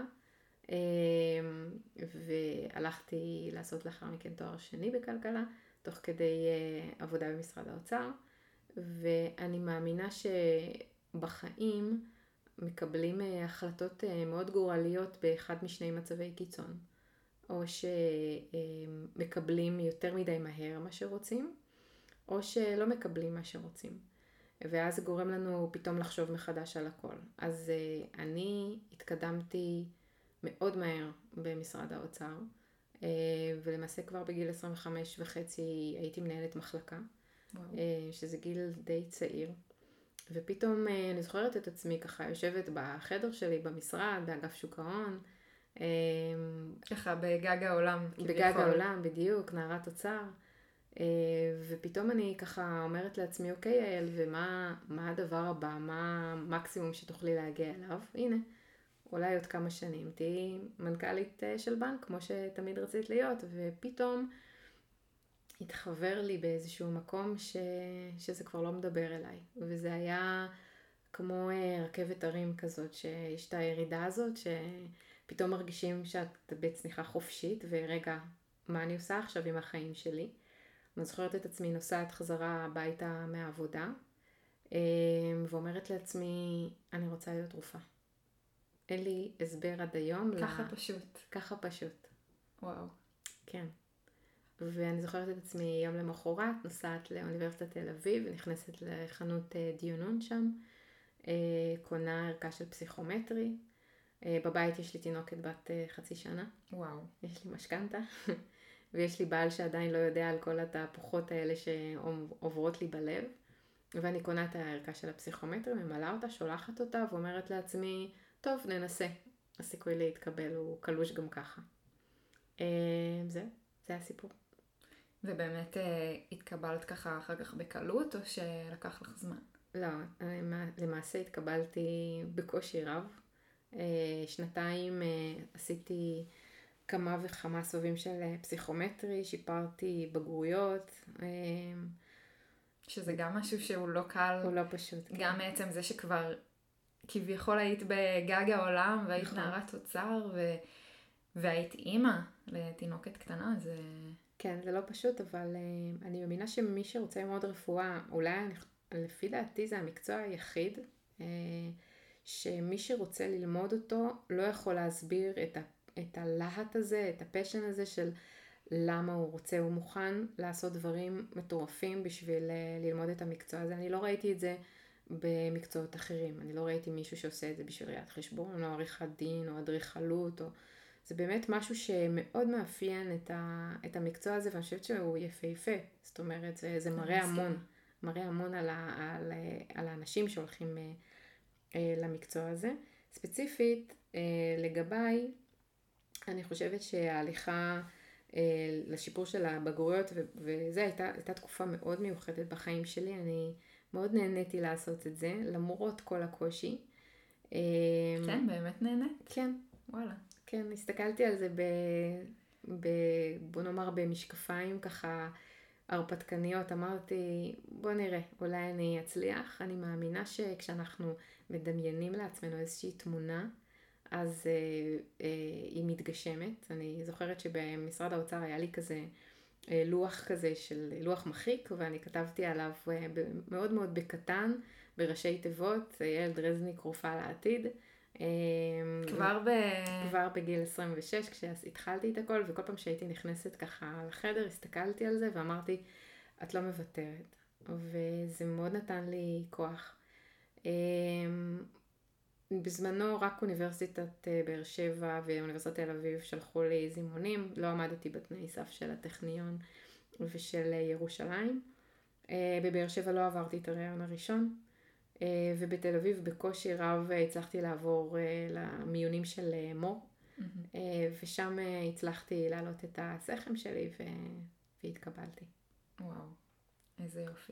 והלכתי לעשות לאחר מכן תואר שני בכלכלה, תוך כדי עבודה במשרד האוצר, ואני מאמינה שבחיים מקבלים החלטות מאוד גורליות באחד משני מצבי קיצון, או שמקבלים יותר מדי מהר מה שרוצים, או שלא מקבלים מה שרוצים. ואז זה גורם לנו פתאום לחשוב מחדש על הכל. אז uh, אני התקדמתי מאוד מהר במשרד האוצר, uh, ולמעשה כבר בגיל עשרים וחמש וחצי הייתי מנהלת מחלקה, uh, שזה גיל די צעיר. ופתאום uh, אני זוכרת את עצמי ככה יושבת בחדר שלי במשרד, באגף שוק ההון. Uh, ככה בגג העולם. בגג העולם, בדיוק, נערת אוצר. ופתאום אני ככה אומרת לעצמי, אוקיי, יעל, ומה מה הדבר הבא, מה המקסימום שתוכלי להגיע אליו? הנה, אולי עוד כמה שנים תהיי מנכ"לית של בנק, כמו שתמיד רצית להיות, ופתאום התחבר לי באיזשהו מקום ש... שזה כבר לא מדבר אליי. וזה היה כמו רכבת הרים כזאת, שיש את הירידה הזאת, שפתאום מרגישים שאת בצניחה חופשית, ורגע, מה אני עושה עכשיו עם החיים שלי? אני זוכרת את עצמי נוסעת חזרה הביתה מהעבודה, ואומרת לעצמי, אני רוצה להיות רופאה. אין לי הסבר עד היום. ככה לה... פשוט. ככה פשוט. וואו. כן. ואני זוכרת את עצמי יום למחרת, נוסעת לאוניברסיטת תל אביב, ונכנסת לחנות דיונון שם, קונה ערכה של פסיכומטרי. בבית יש לי תינוקת בת חצי שנה. וואו. יש לי משכנתה, ויש לי בעל שעדיין לא יודע על כל התהפוכות האלה שעוברות לי בלב. ואני קונה את הערכה של הפסיכומטרי, ממלאה אותה, שולחת אותה, ואומרת לעצמי, טוב, ננסה. הסיכוי להתקבל הוא קלוש גם ככה. זה, זה הסיפור. ובאמת התקבלת ככה אחר כך בקלות, או שלקח לך זמן? לא, למעשה התקבלתי בקושי רב. שנתיים עשיתי כמה וכמה סבבים של פסיכומטרי, שיפרתי בגרויות. שזה גם משהו שהוא לא קל. הוא לא פשוט. גם כן. בעצם זה שכבר כביכול היית בגג העולם, והיית נכון. נערת תוצר, ו... והיית אימא לתינוקת קטנה, זה... כן, זה לא פשוט, אבל uh, אני מאמינה שמי שרוצה ללמוד רפואה, אולי לפי דעתי זה המקצוע היחיד, uh, שמי שרוצה ללמוד אותו לא יכול להסביר את, ה, את הלהט הזה, את הפשן הזה של למה הוא רוצה, הוא מוכן לעשות דברים מטורפים בשביל uh, ללמוד את המקצוע הזה. אני לא ראיתי את זה במקצועות אחרים, אני לא ראיתי מישהו שעושה את זה בשביל ראיית חשבון, או עריכת דין, או אדריכלות, או... זה באמת משהו שמאוד מאפיין את, ה, את המקצוע הזה, ואני חושבת שהוא יפהפה. זאת אומרת, זה, זה מראה המון, מראה המון על, ה, על, על האנשים שהולכים אה, אה, למקצוע הזה. ספציפית, אה, לגביי, אני חושבת שההליכה אה, לשיפור של הבגרויות, ו, וזה הייתה, הייתה תקופה מאוד מיוחדת בחיים שלי. אני מאוד נהניתי לעשות את זה, למרות כל הקושי. אה, כן, באמת נהנית? כן. וואלה. כן, הסתכלתי על זה ב, ב, בוא נאמר במשקפיים ככה הרפתקניות, אמרתי בוא נראה, אולי אני אצליח. אני מאמינה שכשאנחנו מדמיינים לעצמנו איזושהי תמונה, אז אה, אה, היא מתגשמת. אני זוכרת שבמשרד האוצר היה לי כזה אה, לוח כזה של לוח מחיק, ואני כתבתי עליו אה, מאוד מאוד בקטן, בראשי תיבות, ילד רזניק רופאה לעתיד. כבר ב... כבר בגיל עשרים ושש כשהתחלתי את הכל, וכל פעם שהייתי נכנסת ככה לחדר הסתכלתי על זה ואמרתי את לא מוותרת, וזה מאוד נתן לי כוח. בזמנו רק אוניברסיטת באר שבע ואוניברסיטת תל אביב שלחו לי זימונים, לא עמדתי בתנאי סף של הטכניון ושל ירושלים. בבאר שבע לא עברתי את הרעיון הראשון, ובתל אביב בקושי רב הצלחתי לעבור למיונים של מור, mm-hmm. ושם הצלחתי להעלות את הסכם שלי ו... והתקבלתי. וואו, איזה יופי.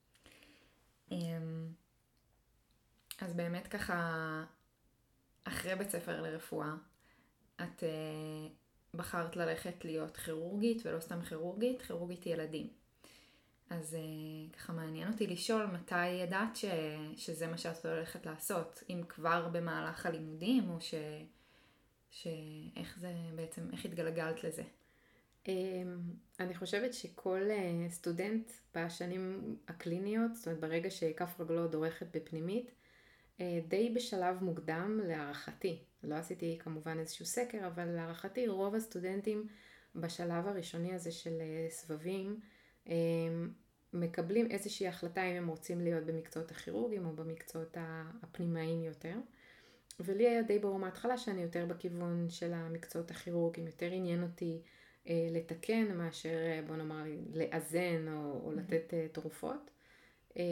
אז באמת ככה, אחרי בית ספר לרפואה, את בחרת ללכת להיות כירורגית, ולא סתם כירורגית, כירורגית ילדים. אז ככה מעניין אותי לשאול מתי ידעת ש... שזה מה שאת הולכת לעשות, אם כבר במהלך הלימודים, או ש... ש... איך זה בעצם, איך התגלגלת לזה? אני חושבת שכל סטודנט בשנים הקליניות, זאת אומרת ברגע שכף רגלו דורכת בפנימית, די בשלב מוקדם להערכתי, לא עשיתי כמובן איזשהו סקר, אבל להערכתי רוב הסטודנטים בשלב הראשוני הזה של סבבים, מקבלים איזושהי החלטה אם הם רוצים להיות במקצועות הכירורגיים או במקצועות הפנימיים יותר. ולי היה די ברור מההתחלה שאני יותר בכיוון של המקצועות הכירורגיים, יותר עניין אותי אה, לתקן מאשר בוא נאמר לאזן או, או לתת אה, תרופות. אה,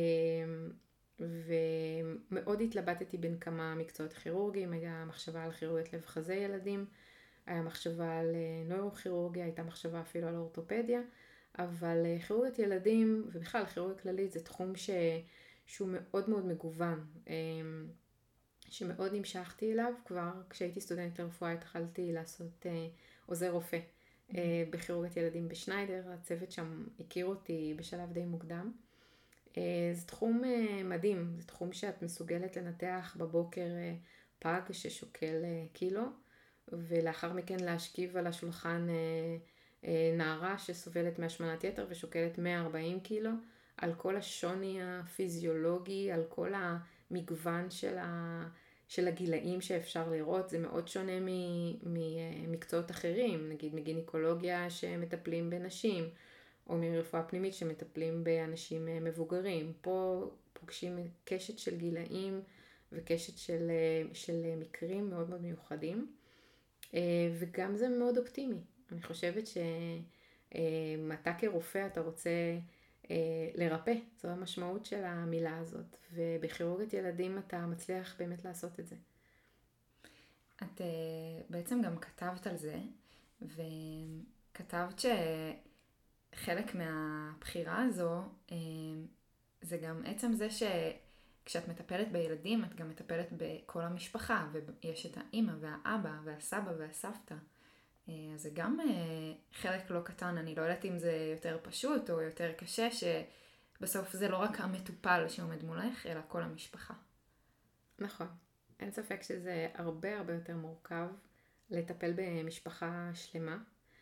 ומאוד התלבטתי בין כמה מקצועות כירורגיים, היה מחשבה על כירורגית לב חזה ילדים, היה מחשבה על נוירוכירורגיה, הייתה מחשבה אפילו על אורתופדיה, אבל כירורגית ילדים ובכלל כירורגיה כללית זה תחום ש... שהוא מאוד מאוד מגוון, שמאוד נמשכתי אליו. כבר כשהייתי סטודנטית לרפואה התחלתי לעשות עוזר רופא mm-hmm. בכירורגית ילדים בשניידר, הצוות שם הכיר אותי בשלב די מוקדם. זה תחום מדהים, זה תחום שאת מסוגלת לנתח בבוקר פג ששוקל קילו, ולאחר מכן להשכיב על השולחן נערה שסובלת מהשמנת יתר ושוקלת מאה וארבעים קילו, על כל השוני הפיזיולוגי, על כל המגוון של, ה... של הגילאים שאפשר לראות, זה מאוד שונה ממקצועות אחרים, נגיד מגינקולוגיה שמטפלים בנשים, או מרפואה פנימית שמטפלים באנשים מבוגרים. פה פוגשים קשת של גילאים וקשת של, של מקרים מאוד מאוד מיוחדים, וגם זה מאוד אופטימי. אני חושבת שאתה כרופא אתה רוצה לרפא, זו המשמעות של המילה הזאת, ובכירורגית ילדים אתה מצליח באמת לעשות את זה. את בעצם גם כתבת על זה, וכתבת שחלק מהבחירה הזו זה גם עצם זה שכשאת מטפלת בילדים את גם מטפלת בכל המשפחה, ויש את האמא והאבא והסבא והסבתא. אז זה גם חלק לא קטן, אני לא יודעת אם זה יותר פשוט או יותר קשה, שבסוף זה לא רק המטופל שעומד מולך, אלא כל המשפחה. נכון, אין ספק שזה הרבה הרבה יותר מורכב לטפל במשפחה שלמה.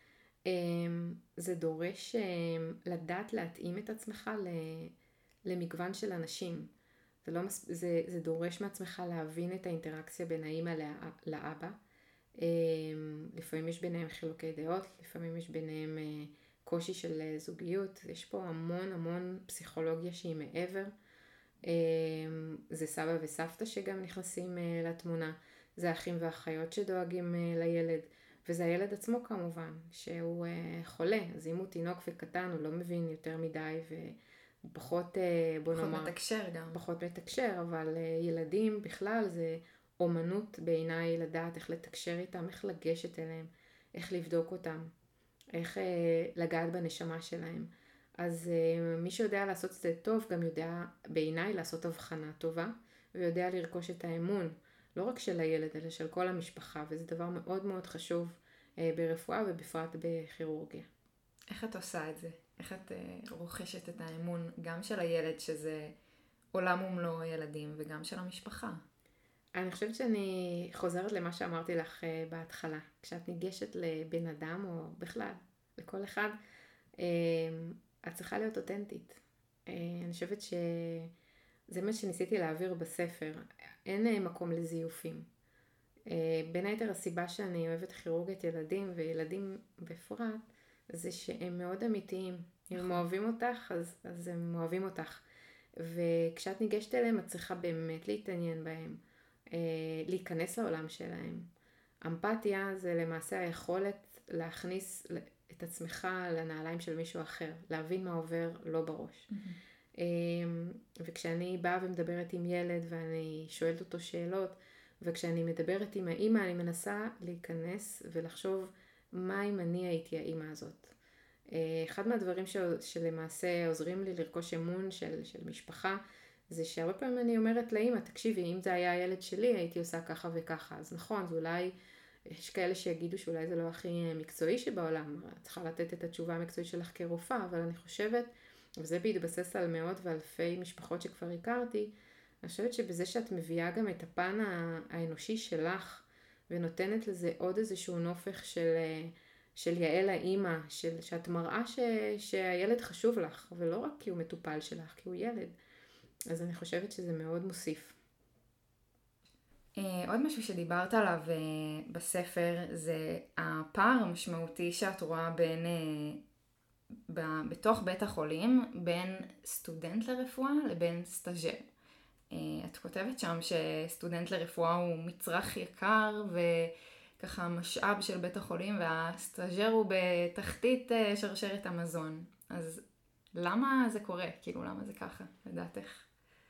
זה דורש לדעת להתאים את עצמך למגוון של אנשים. זה, לא, זה, זה דורש מעצמך להבין את האינטראקציה בין האמא לאבא. לפעמים יש ביניהם חילוקי דעות, לפעמים יש ביניהם קושי של זוגיות, יש פה המון המון פסיכולוגיה שהיא מעבר. זה סבא וסבתא שגם נכנסים לתמונה, זה אחים ואחיות שדואגים לילד, וזה הילד עצמו כמובן, שהוא חולה, אז אם הוא תינוק וקטן הוא לא מבין יותר מדי והוא פחות, בוא פחות נאמר, מתקשר גם. פחות מתקשר, אבל ילדים בכלל זה אומנות בעיניי לדעת איך לתקשר איתם, איך לגשת אליהם, איך לבדוק אותם, איך אה, לגעת בנשמה שלהם. אז אה, מי שיודע לעשות את זה טוב גם יודע בעיניי לעשות הבחנה טובה, ויודע לרכוש את האמון, לא רק של הילד אלא של כל המשפחה, וזה דבר מאוד מאוד חשוב אה, ברפואה ובפרט בכירורגיה. איך את עושה את זה? איך את אה, רוכשת את האמון גם של הילד שזה עולם ומלואו ילדים, וגם של המשפחה? אני חושבת שאני חוזרת למה שאמרתי לך בהתחלה. כשאת ניגשת לבן אדם או בכלל, לכל אחד, את צריכה להיות אותנטית. אני חושבת שזה מה שניסיתי להעביר בספר. אין מקום לזיופים. בין היתר הסיבה שאני אוהבת כירורגית ילדים וילדים בפרט, זה שהם מאוד אמיתיים. אם הם אוהבים אותך, אז, אז הם אוהבים אותך. וכשאת ניגשת אליהם, את צריכה באמת להתעניין בהם. להיכנס לעולם שלהם. אמפתיה זה למעשה היכולת להכניס את עצמך לנעליים של מישהו אחר, להבין מה עובר לא בראש. Mm-hmm. וכשאני באה ומדברת עם ילד ואני שואלת אותו שאלות, וכשאני מדברת עם האמא אני מנסה להיכנס ולחשוב מה אם אני הייתי האמא הזאת. אחד מהדברים שלמעשה עוזרים לי לרכוש אמון של, של משפחה, זה שהרבה פעמים אני אומרת לאמא, תקשיבי, אם זה היה הילד שלי, הייתי עושה ככה וככה. אז נכון, זה אולי, יש כאלה שיגידו שאולי זה לא הכי מקצועי שבעולם. צריכה לתת את התשובה המקצועית שלך כרופאה, אבל אני חושבת, וזה בהתבסס על מאות ואלפי משפחות שכבר הכרתי, אני חושבת שבזה שאת מביאה גם את הפן האנושי שלך, ונותנת לזה עוד איזשהו נופך של, של יעל האמא, של, שאת מראה ש, שהילד חשוב לך, ולא רק כי הוא מטופל שלך, כי הוא ילד. אז אני חושבת שזה מאוד מוסיף. עוד משהו שדיברת עליו בספר זה הפער המשמעותי שאת רואה בין, בתוך בית החולים בין סטודנט לרפואה לבין סטאז'ר. את כותבת שם שסטודנט לרפואה הוא מצרך יקר וככה משאב של בית החולים, והסטאז'ר הוא בתחתית שרשרת המזון. אז למה זה קורה? כאילו למה זה ככה, לדעתך?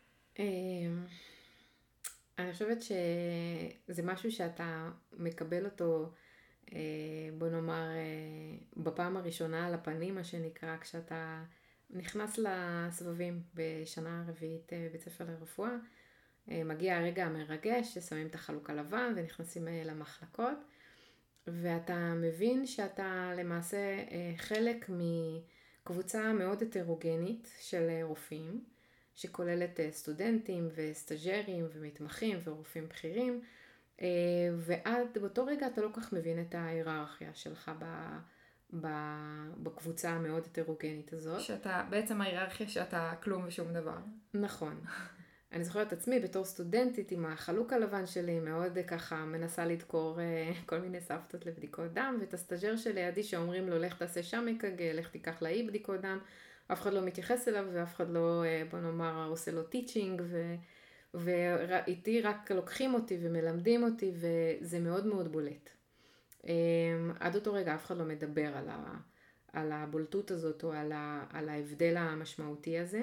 אני חושבת שזה משהו שאתה מקבל אותו, בוא נאמר, בפעם הראשונה על הפנים, מה שנקרא, כשאתה נכנס לסבבים בשנה הרביעית בית ספר לרפואה, מגיע הרגע המרגש ששמים את החלוק הלבן ונכנסים למחלקות, ואתה מבין שאתה למעשה חלק מקבוצה מאוד הטרוגנית של רופאים, שכוללת סטודנטים וסטאג'רים ומתמחים ורופאים בכירים, ועד באותו רגע אתה לא כך מבין את ההיררכיה שלך ב, ב, בקבוצה המאוד הטרוגנית הזאת. שאתה, בעצם ההיררכיה שאתה כלום ושום דבר. נכון. אני זוכרת עצמי בתור סטודנטית עם החלוק הלבן שלי, מאוד ככה מנסה לדקור כל מיני סבתות לבדיקות דם, ואת הסטאג'ר שלידי שאומרים לו, לך תעשה שם אק"ג, לך תיקח לאי בדיקות דם, אף אחד לא מתייחס אליו, ואף אחד לא, בוא נאמר, עושה לו טיצ'ינג, ו... ואיתי רק לוקחים אותי ומלמדים אותי, וזה מאוד מאוד בולט. עד אותו רגע אף אחד לא מדבר על, ה... על הבולטות הזאת, או על, ה... על ההבדל המשמעותי הזה.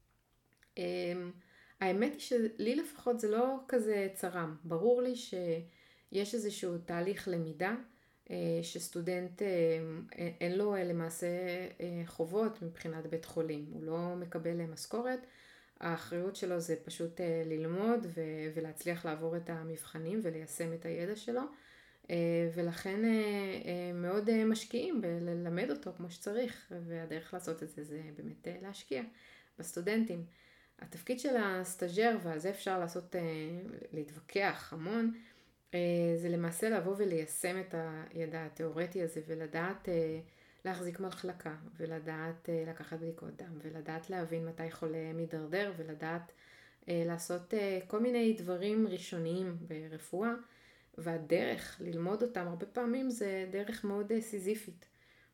האמת היא שלי לפחות זה לא כזה צרם. ברור לי שיש איזשהו תהליך למידה, שסטודנט אין לו למעשה חובות מבחינת בית חולים. הוא לא מקבל משכורת. האחריות שלו זה פשוט ללמוד ולהצליח לעבור את המבחנים וליישם את הידע שלו. ולכן מאוד משקיעים בללמד אותו כמו שצריך. והדרך לעשות את זה זה באמת להשקיע בסטודנטים. התפקיד של הסטאג'ר, ועל זה אפשר לעשות, להתווכח המון, זה למעשה לבוא וליישם את הידע התיאורטי הזה, ולדעת להחזיק מחלקה, ולדעת לקחת בדיקות דם, ולדעת להבין מתי חולה מדרדר, ולדעת לעשות כל מיני דברים ראשוניים ברפואה, והדרך ללמוד אותם הרבה פעמים זה דרך מאוד סיזיפית.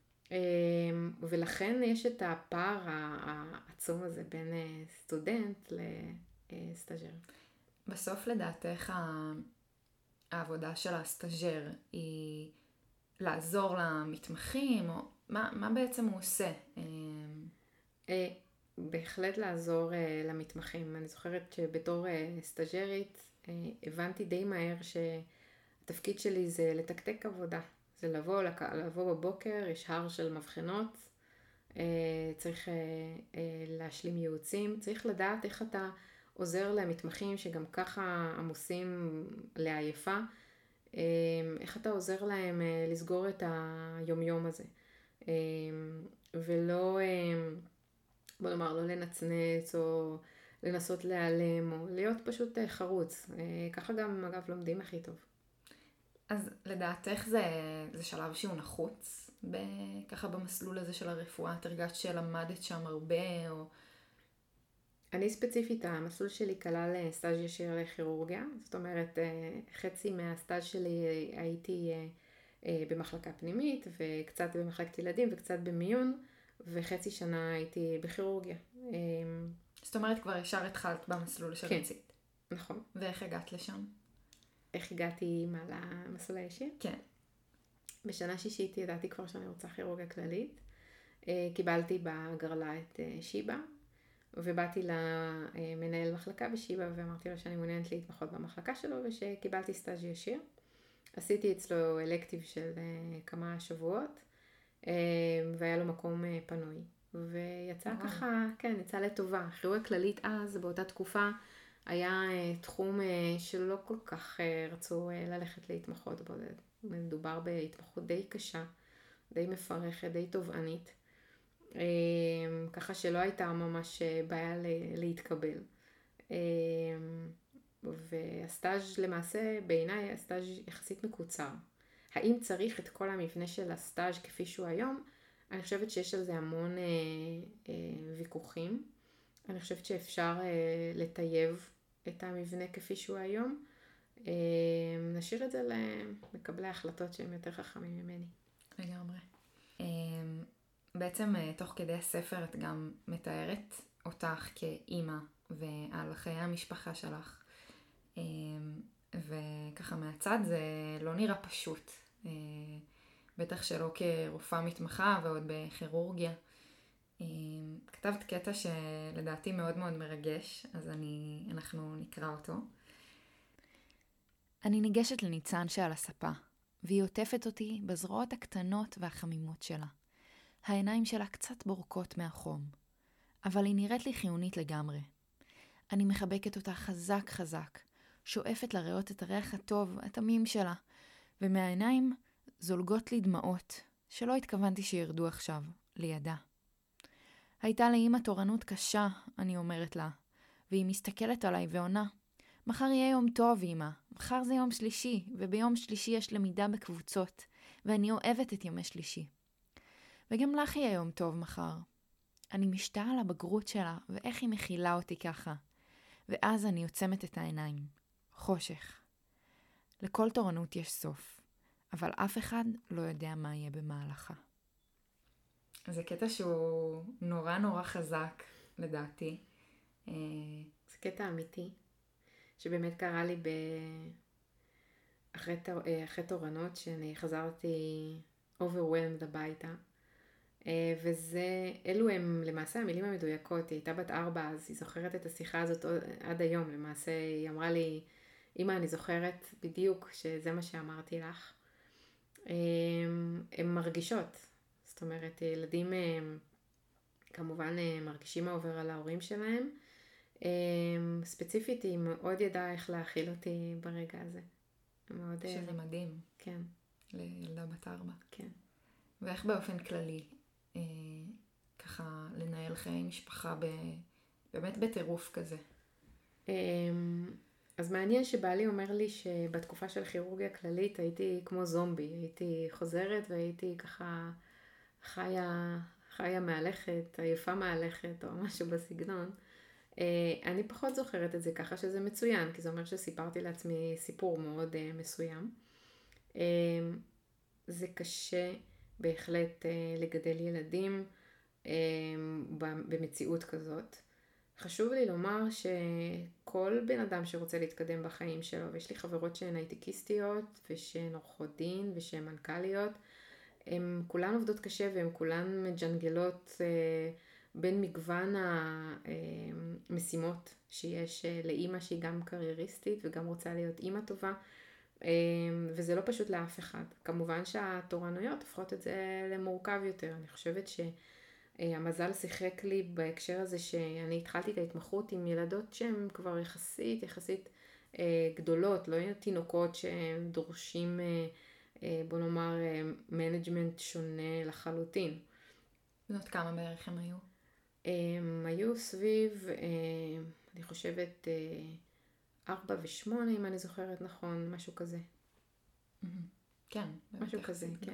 ולכן יש את הפער העצום הזה בין סטודנט לסטאג'ר. בסוף לדעתך העבודה של הסטאג'ר היא לעזור למתמחים, או מה, מה בעצם הוא עושה? בהחלט לעזור למתמחים. אני זוכרת שבתור סטאג'רית הבנתי די מהר שהתפקיד שלי זה לתקתק עבודה. זה לבוא, לבוא בבוקר, יש הר של מבחנות, צריך להשלים ייעוצים, צריך לדעת איך אתה עוזר למתמחים שגם ככה עמוסים לעייפה, איך אתה עוזר להם לסגור את היומיום הזה, ולא, בוא נאמר, לא לנצנץ או לנסות להיעלם, או להיות פשוט חרוץ. ככה גם אגב לומדים הכי טוב. אז לדעתך זה, זה שלב שהוא נחוץ, ב, ככה במסלול הזה של הרפואה? את הרגשת שלמדת שם הרבה? או... אני ספציפית, המסלול שלי כלל סטאז' ישיר לכירורגיה, זאת אומרת, חצי מהסטאז' שלי הייתי במחלקה פנימית, וקצת במחלקת ילדים, וקצת במיון, וחצי שנה הייתי בכירורגיה. זאת אומרת, כבר ישר התחלת במסלול שרצית. כן, נכון. ואיך הגעת לשם? איך הגעתי מה למסלול הישיר? כן. בשנה שישית ידעתי כבר שאני רוצה כירורגיה כללית. קיבלתי בגרלה את שיבא, ובאתי למנהל מחלקה בשיבא ואמרתי לו שאני מעוניינת להתמחות במחלקה שלו, ושקיבלתי סטאז' ישיר. עשיתי אצלו אלקטיב של כמה שבועות, והיה לו מקום פנוי. ויצא וואו. ככה, כן, יצא לטובה. כירורגיה כללית אז, באותה תקופה, היה תחום שלא כל כך רצו ללכת להתמחות בו. מדובר בהתמחות די קשה, די מפרכת, די תובענית. ככה שלא הייתה ממש בעיה להתקבל. והסטאז' למעשה בעיניי הסטאז' יחסית מקוצר. האם צריך את כל המבנה של הסטאז' כפי שהוא היום? אני חושבת שיש על זה המון ויכוחים. אני חושבת שאפשר לטייב את המבנה כפי שהוא היום. נשאיר את זה למקבלי ההחלטות שהם יותר חכמים ממני. לגמרי. בעצם תוך כדי הספר את גם מתארת אותך כאימא ועל חיי המשפחה שלך. וככה מהצד זה לא נראה פשוט. בטח שלא כרופאה מתמחה ועוד בכירורגיה. כתבת קטע שלדעתי מאוד מאוד מרגש, אז אני, אנחנו נקרא אותו. אני ניגשת לניצן שעל הספה, והיא עוטפת אותי בזרועות הקטנות והחמימות שלה. העיניים שלה קצת בורקות מהחום, אבל היא נראית לי חיונית לגמרי. אני מחבקת אותה חזק חזק, שואפת לראות את הריח הטוב, התמים שלה, ומהעיניים זולגות לי דמעות, שלא התכוונתי שירדו עכשיו, לידה. הייתה לאמא תורנות קשה, אני אומרת לה, והיא מסתכלת עליי ועונה, מחר יהיה יום טוב, אמא. מחר זה יום שלישי, וביום שלישי יש למידה בקבוצות, ואני אוהבת את ימי שלישי. וגם לך יהיה יום טוב מחר. אני משתאה על הבגרות שלה, ואיך היא מכילה אותי ככה. ואז אני עוצמת את העיניים. חושך. לכל תורנות יש סוף, אבל אף אחד לא יודע מה יהיה במהלכה. זה קטע שהוא נורא נורא חזק, לדעתי. זה קטע אמיתי, שבאמת קרה לי ב... אחרי, אחרי תורנות, שאני חזרתי overwhelmed הביתה. וזה, אלו הם למעשה המילים המדויקות. היא הייתה בת ארבע, אז היא זוכרת את השיחה הזאת עד היום. למעשה היא אמרה לי, אמא, אני זוכרת בדיוק שזה מה שאמרתי לך. הן מרגישות. זאת אומרת, ילדים כמובן מרגישים מה עובר על ההורים שלהם. ספציפית היא מאוד ידעה איך להכיל אותי ברגע הזה. מאוד... שזה מדהים. כן. לילדה בת ארבע. כן. ואיך באופן כללי, אה, ככה לנהל חיי משפחה ב... באמת בטירוף כזה? אה, אז מעניין שבעלי אומר לי שבתקופה של כירורגיה כללית הייתי כמו זומבי. הייתי חוזרת והייתי ככה חיה, חיה מהלכת, עייפה מהלכת או משהו בסגנון. אני פחות זוכרת את זה ככה שזה מצוין, כי זה אומר שסיפרתי לעצמי סיפור מאוד מסוים. זה קשה בהחלט לגדל ילדים במציאות כזאת. חשוב לי לומר שכל בן אדם שרוצה להתקדם בחיים שלו, ויש לי חברות שהן הייטקיסטיות ושהן עורכות דין ושהן מנכ"ליות, הן כולן עובדות קשה והן כולן מג'נגלות בין מגוון המשימות שיש לאימא שהיא גם קרייריסטית וגם רוצה להיות אימא טובה, וזה לא פשוט לאף אחד. כמובן שהתורנויות הופכות את זה למורכב יותר. אני חושבת שהמזל שיחק לי בהקשר הזה שאני התחלתי את ההתמחות עם ילדות שהן כבר יחסית, יחסית גדולות, לא תינוקות שהם דורשים, בוא נאמר, מנג'מנט שונה לחלוטין. זאת כמה בערך הם היו? הם היו סביב, אני חושבת, ארבע ושמונה, אם אני זוכרת נכון, משהו כזה. כן. משהו כזה, כן.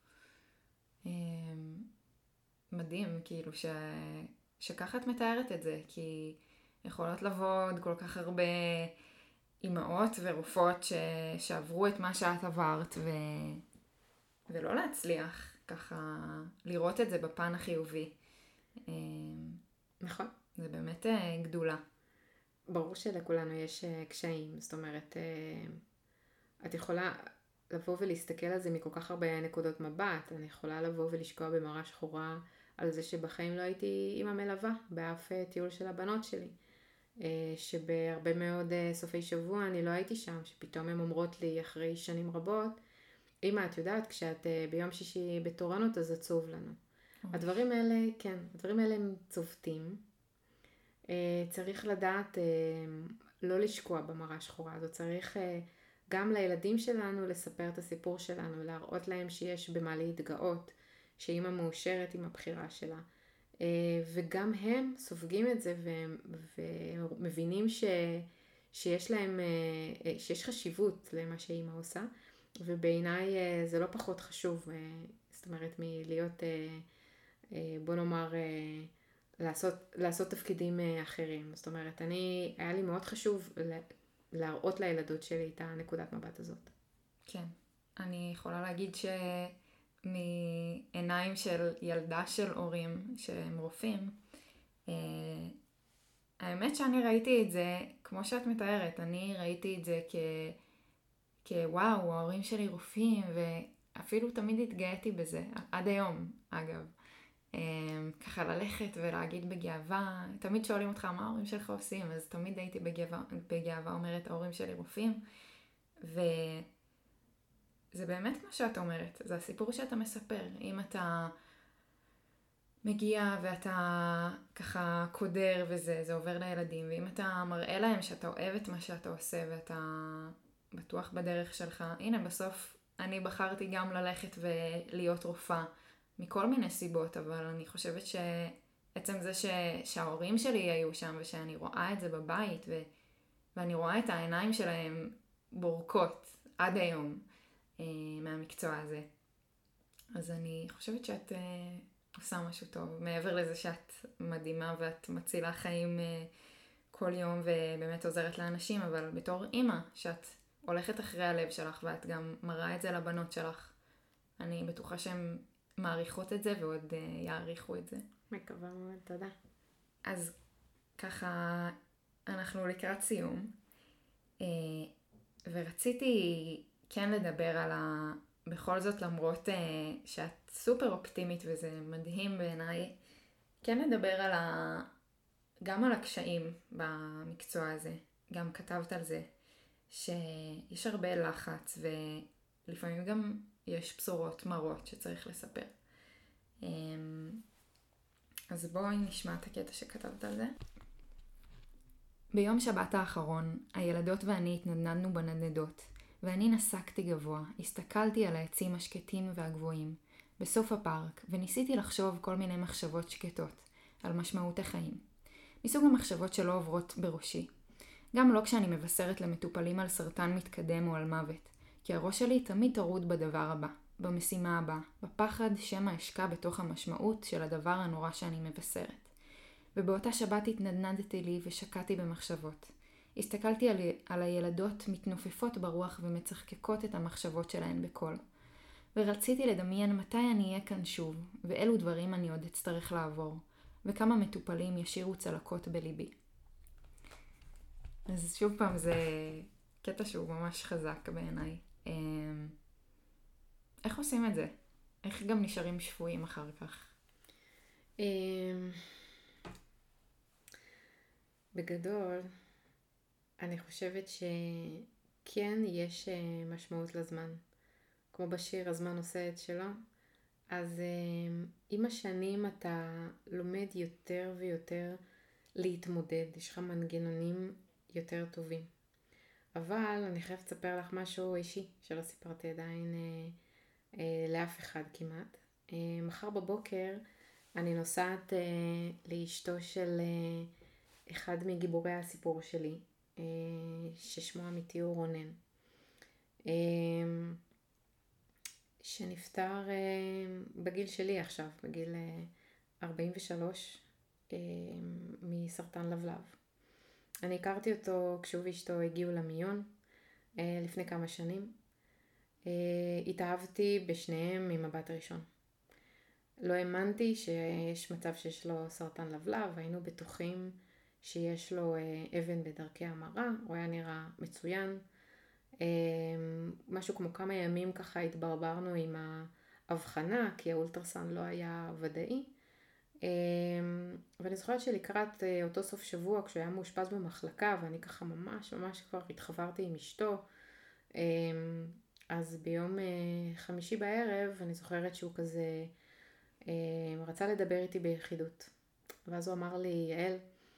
מדהים, כאילו, ש... שככה את מתארת את זה, כי יכולות לבוא עוד כל כך הרבה אימהות ורופאות ש... שעברו את מה שאת עברת, ו... ולא להצליח ככה לראות את זה בפן החיובי. נכון. זה באמת גדולה. ברור שלכולנו יש קשיים, זאת אומרת, את יכולה לבוא ולהסתכל על זה מכל כך הרבה נקודות מבט. אני יכולה לבוא ולשקוע במראה שחורה על זה שבחיים לא הייתי אימא מלווה באף טיול של הבנות שלי. שבהרבה מאוד סופי שבוע אני לא הייתי שם, שפתאום הן אומרות לי אחרי שנים רבות, אמא, את יודעת, כשאת ביום שישי בתורנות אז עצוב לנו. הדברים האלה, כן, הדברים האלה הם צובטים. צריך לדעת לא לשקוע במראה שחורה הזאת. צריך גם לילדים שלנו לספר את הסיפור שלנו, להראות להם שיש במה להתגאות, שאמא מאושרת עם הבחירה שלה. וגם הם סופגים את זה ומבינים ש, שיש להם, שיש חשיבות למה שאמא עושה. ובעיניי זה לא פחות חשוב, זאת אומרת, מלהיות, בוא נאמר, לעשות, לעשות תפקידים אחרים. זאת אומרת, אני, היה לי מאוד חשוב להראות לילדות שלי את הנקודת מבט הזאת. כן. אני יכולה להגיד שמעיניים של ילדה של הורים שהם רופאים, האמת שאני ראיתי את זה, כמו שאת מתארת, אני ראיתי את זה כ... כוואו, ההורים שלי רופאים, ואפילו תמיד התגאיתי בזה, עד היום, אגב. ככה ללכת ולהגיד בגאווה, תמיד שואלים אותך מה ההורים שלך עושים, אז תמיד הייתי בגאווה, בגאווה אומרת, ההורים שלי רופאים, וזה באמת מה שאת אומרת, זה הסיפור שאתה מספר. אם אתה מגיע ואתה ככה קודר וזה, זה עובר לילדים, ואם אתה מראה להם שאתה אוהב את מה שאתה עושה ואתה בטוח בדרך שלך, הנה בסוף אני בחרתי גם ללכת ולהיות רופאה, מכל מיני סיבות, אבל אני חושבת שעצם זה ש... שההורים שלי היו שם ושאני רואה את זה בבית ו... ואני רואה את העיניים שלהם בורקות עד היום אה, מהמקצוע הזה. אז אני חושבת שאת אה, עושה משהו טוב, מעבר לזה שאת מדהימה ואת מצילה חיים אה, כל יום ובאמת עוזרת לאנשים, אבל בתור אימא, שאת הולכת אחרי הלב שלך ואת גם מראה את זה לבנות שלך, אני בטוחה שהן מעריכות את זה ועוד uh, יעריכו את זה. מקווה מאוד, תודה. אז ככה אנחנו לקראת סיום, uh, ורציתי כן לדבר על ה... בכל זאת, למרות uh, שאת סופר אופטימית וזה מדהים בעיניי, כן לדבר על ה... גם על הקשיים במקצוע הזה. גם כתבת על זה שיש הרבה לחץ ולפעמים גם יש בשורות מרות שצריך לספר. אז בואי נשמע את הקטע שכתבת על זה. ביום שבת האחרון, הילדות ואני התנדנדנו בנדנדות, ואני נסקתי גבוה, הסתכלתי על העצים השקטים והגבוהים, בסוף הפארק, וניסיתי לחשוב כל מיני מחשבות שקטות, על משמעות החיים. מסוג המחשבות שלא עוברות בראשי. גם לא כשאני מבשרת למטופלים על סרטן מתקדם או על מוות, כי הראש שלי תמיד טרוד בדבר הבא, במשימה הבאה, בפחד שמא אשקע בתוך המשמעות של הדבר הנורא שאני מבשרת. ובאותה שבת התנדנדתי לי ושקעתי במחשבות. הסתכלתי על, על הילדות מתנופפות ברוח ומצחקקות את המחשבות שלהן בקול. ורציתי לדמיין מתי אני אהיה כאן שוב, ואילו דברים אני עוד אצטרך לעבור, וכמה מטופלים ישירו צלקות בליבי. אז שוב פעם, זה קטע שהוא ממש חזק בעיניי. איך עושים את זה? איך גם נשארים שפויים אחר כך? בגדול, אני חושבת שכן יש משמעות לזמן. כמו בשיר, הזמן עושה את שלו. אז עם השנים אתה לומד יותר ויותר להתמודד. יש לך מנגנונים יותר טובים. אבל אני חייבת לספר לך משהו אישי שלא סיפרתי עדיין אה, אה, לאף אחד כמעט. אה, מחר בבוקר אני נוסעת אה, לאשתו של אה, אחד מגיבורי הסיפור שלי, אה, ששמו אמיתי הוא רונן, אה, שנפטר אה, בגיל שלי עכשיו, בגיל אה, ארבעים ושלוש, אה, מסרטן לבלב. אני הכרתי אותו כשהוא ואשתו הגיעו למיון אה, לפני כמה שנים. אה, התאהבתי בשניהם ממבט ראשון. לא האמנתי שיש מצב שיש לו סרטן לבלב, היינו בטוחים שיש לו אה, אבן בדרכי המרה, הוא היה נראה מצוין. אה, משהו כמו כמה ימים ככה התברברנו עם ההבחנה, כי האולטרסאונד לא היה ודאי. ואני זוכרת שלקראת אותו סוף שבוע, כשהוא היה מאושפז במחלקה, ואני ככה ממש ממש כבר התחברתי עם אשתו, אז ביום חמישי בערב אני זוכרת שהוא כזה רצה לדבר איתי ביחידות. ואז הוא אמר לי, יעל,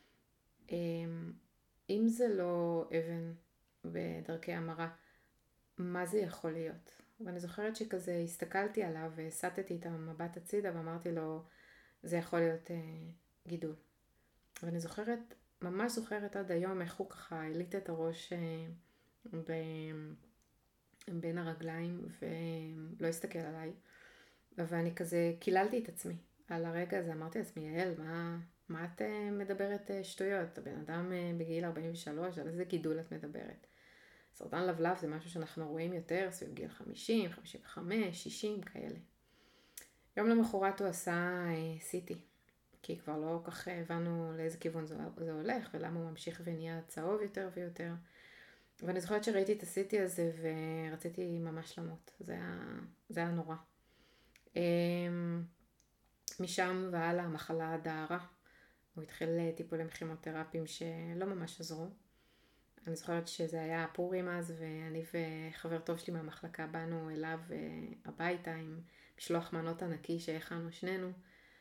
אם זה לא אבן בדרכי המרה, מה זה יכול להיות? ואני זוכרת שכזה הסתכלתי עליו וסתתי את המבט הצידה ואמרתי לו, זה יכול להיות אה, גידול. ואני זוכרת, ממש זוכרת עד היום איך הוא ככה העלית את הראש אה, ב, בין הרגליים ולא הסתכל עליי. ואני כזה קיללתי את עצמי על הרגע הזה. אמרתי לעצמי, יעל, מה, מה את אה, מדברת אה, שטויות? הבן אדם אה, בגיל ארבעים ושלוש, על איזה גידול את מדברת? סרטן לבלב זה משהו שאנחנו רואים יותר סביב גיל חמישים, חמישים וחמש, שישים, כאלה. יום למחרת הוא עשה סיטי, כי כבר לא כך הבנו לאיזה כיוון זה, זה הולך, ולמה הוא ממשיך ונהיה צהוב יותר ויותר. ואני זוכרת שראיתי את הסיטי הזה ורציתי ממש למות. זה היה, זה היה נורא. משם והלאה המחלה דהרה. הוא התחיל טיפולים כימותרפיים שלא ממש עזרו. אני זוכרת שזה היה פורים אז, ואני וחבר טוב שלי מהמחלקה באנו אליו הביתה עם משלוח מנות ענקי שהכנו שנינו.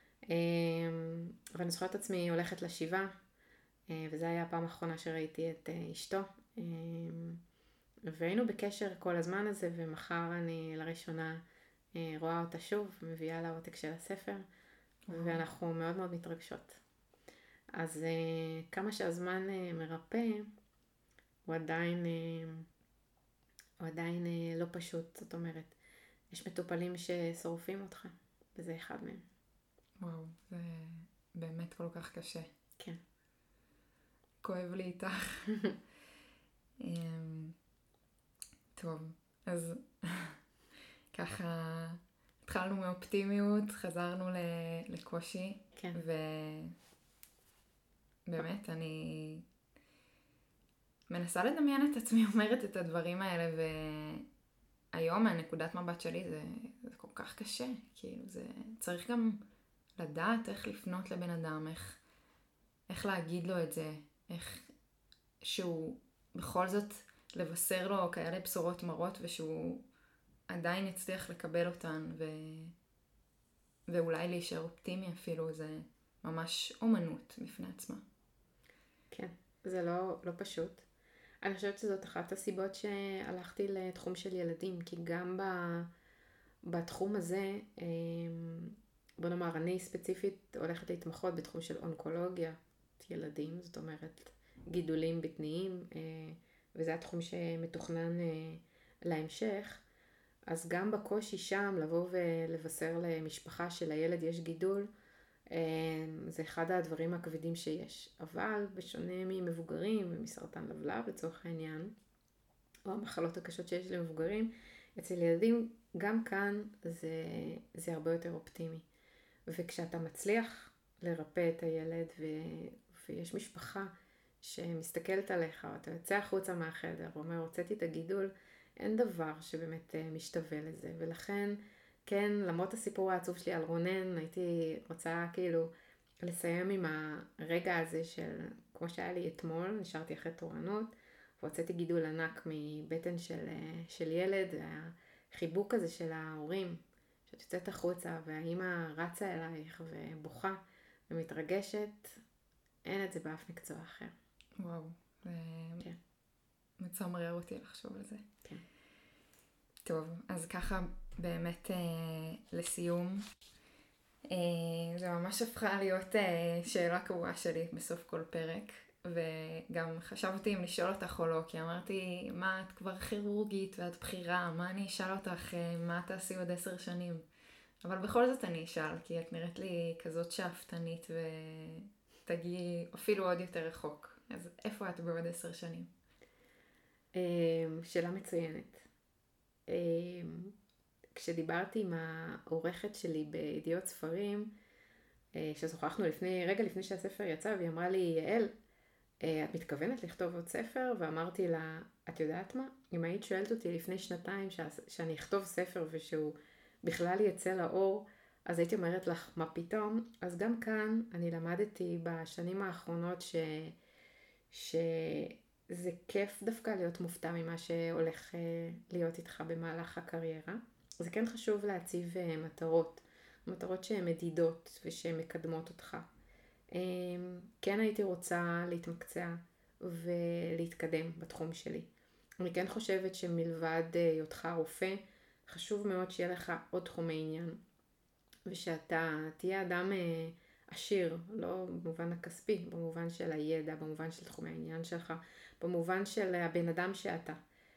ואני זוכרת את עצמי הולכת לשבעה, וזו היה הפעם האחרונה שראיתי את אשתו. והיינו בקשר כל הזמן הזה, ומחר אני לראשונה רואה אותה שוב, מביאה לה עותק של הספר, ואנחנו מאוד מאוד מתרגשות. אז כמה שהזמן מרפא, הוא עדיין, הוא עדיין לא פשוט. זאת אומרת, יש מטופלים ששורפים אותך, וזה אחד מהם. וואו, זה באמת כל כך קשה. כן. כואב לי איתך. טוב, אז ככה התחלנו מאופטימיות, חזרנו לקושי. כן. ובאמת, אני מנסה לדמיין את עצמי אומרת את הדברים האלה, והיום מהנקודת מבט שלי זה, זה כל כך קשה. כאילו, זה צריך גם לדעת איך לפנות לבן אדם, איך, איך להגיד לו את זה, איך שהוא בכל זאת לבשר לו כאלה בשורות מרות, ושהוא עדיין יצליח לקבל אותן, ו... ואולי להישאר אופטימי אפילו, זה ממש אומנות בפני עצמה. כן, זה לא, לא פשוט. אני חושבת שזאת אחת הסיבות שהלכתי לתחום של ילדים, כי גם ב... בתחום הזה, בוא נאמר, אני ספציפית הולכת להתמחות בתחום של אונקולוגיה ילדים, זאת אומרת גידולים בטניים, וזה התחום שמתוכנן להמשך. אז גם בקושי שם לבוא ולבשר למשפחה שלילד יש גידול, זה אחד הדברים הכבדים שיש. אבל בשונה ממבוגרים ומסרטן לבלב לצורך העניין, או המחלות הקשות שיש למבוגרים, אצל ילדים גם כאן זה, זה הרבה יותר אופטימי. וכשאתה מצליח לרפא את הילד ו, ויש משפחה שמסתכלת עליך, אתה יוצא החוצה מהחדר ואומר, הוצאתי את הגידול, אין דבר שבאמת משתווה לזה. ולכן, כן, למרות הסיפור העצוב שלי על רונן, הייתי רוצה כאילו לסיים עם הרגע הזה של, כמו שהיה לי אתמול, נשארתי אחרי תורנות, והוצאתי גידול ענק מבטן של, של ילד, החיבוק הזה של ההורים, שאת יוצאת החוצה והאמא רצה אלייך ובוכה ומתרגשת, אין את זה באף מקצוע אחר. וואו, זה כן. מצמרר אותי לחשוב על זה. כן. טוב, אז ככה באמת אה, לסיום, אה, זה ממש הפכה להיות אה, שאלה קבועה שלי בסוף כל פרק, וגם חשבתי אם לשאול אותך או לא, כי אמרתי, מה את כבר כירורגית ואת בחירה, מה אני אשאל אותך, מה תעשי עוד עשר שנים? אבל בכל זאת אני אשאל, כי את נראית לי כזאת שאפתנית ותגיעי אפילו עוד יותר רחוק. אז איפה את בעוד עשר שנים? שאלה מצוינת. כשדיברתי עם העורכת שלי בידיעות ספרים, ששוחחנו לפני, רגע לפני שהספר יצא, והיא אמרה לי, יעל, את מתכוונת לכתוב עוד ספר? ואמרתי לה, את יודעת מה? אם היית שואלת אותי לפני שנתיים שאני אכתוב ספר ושהוא בכלל יצא לאור, אז הייתי אומרת לך, מה פתאום? אז גם כאן אני למדתי בשנים האחרונות ש... שזה כיף דווקא להיות מופתע ממה שהולך להיות איתך במהלך הקריירה. זה כן חשוב להציב מטרות, מטרות שהן מדידות ושמקדמות אותך. כן הייתי רוצה להתמקצע ולהתקדם בתחום שלי. אני כן חושבת שמלבד היותך רופא, חשוב מאוד שיהיה לך עוד תחומי עניין, ושאתה תהיה אדם עשיר, לא במובן הכספי, במובן של הידע, במובן של תחומי העניין שלך, במובן של הבן אדם שאתה.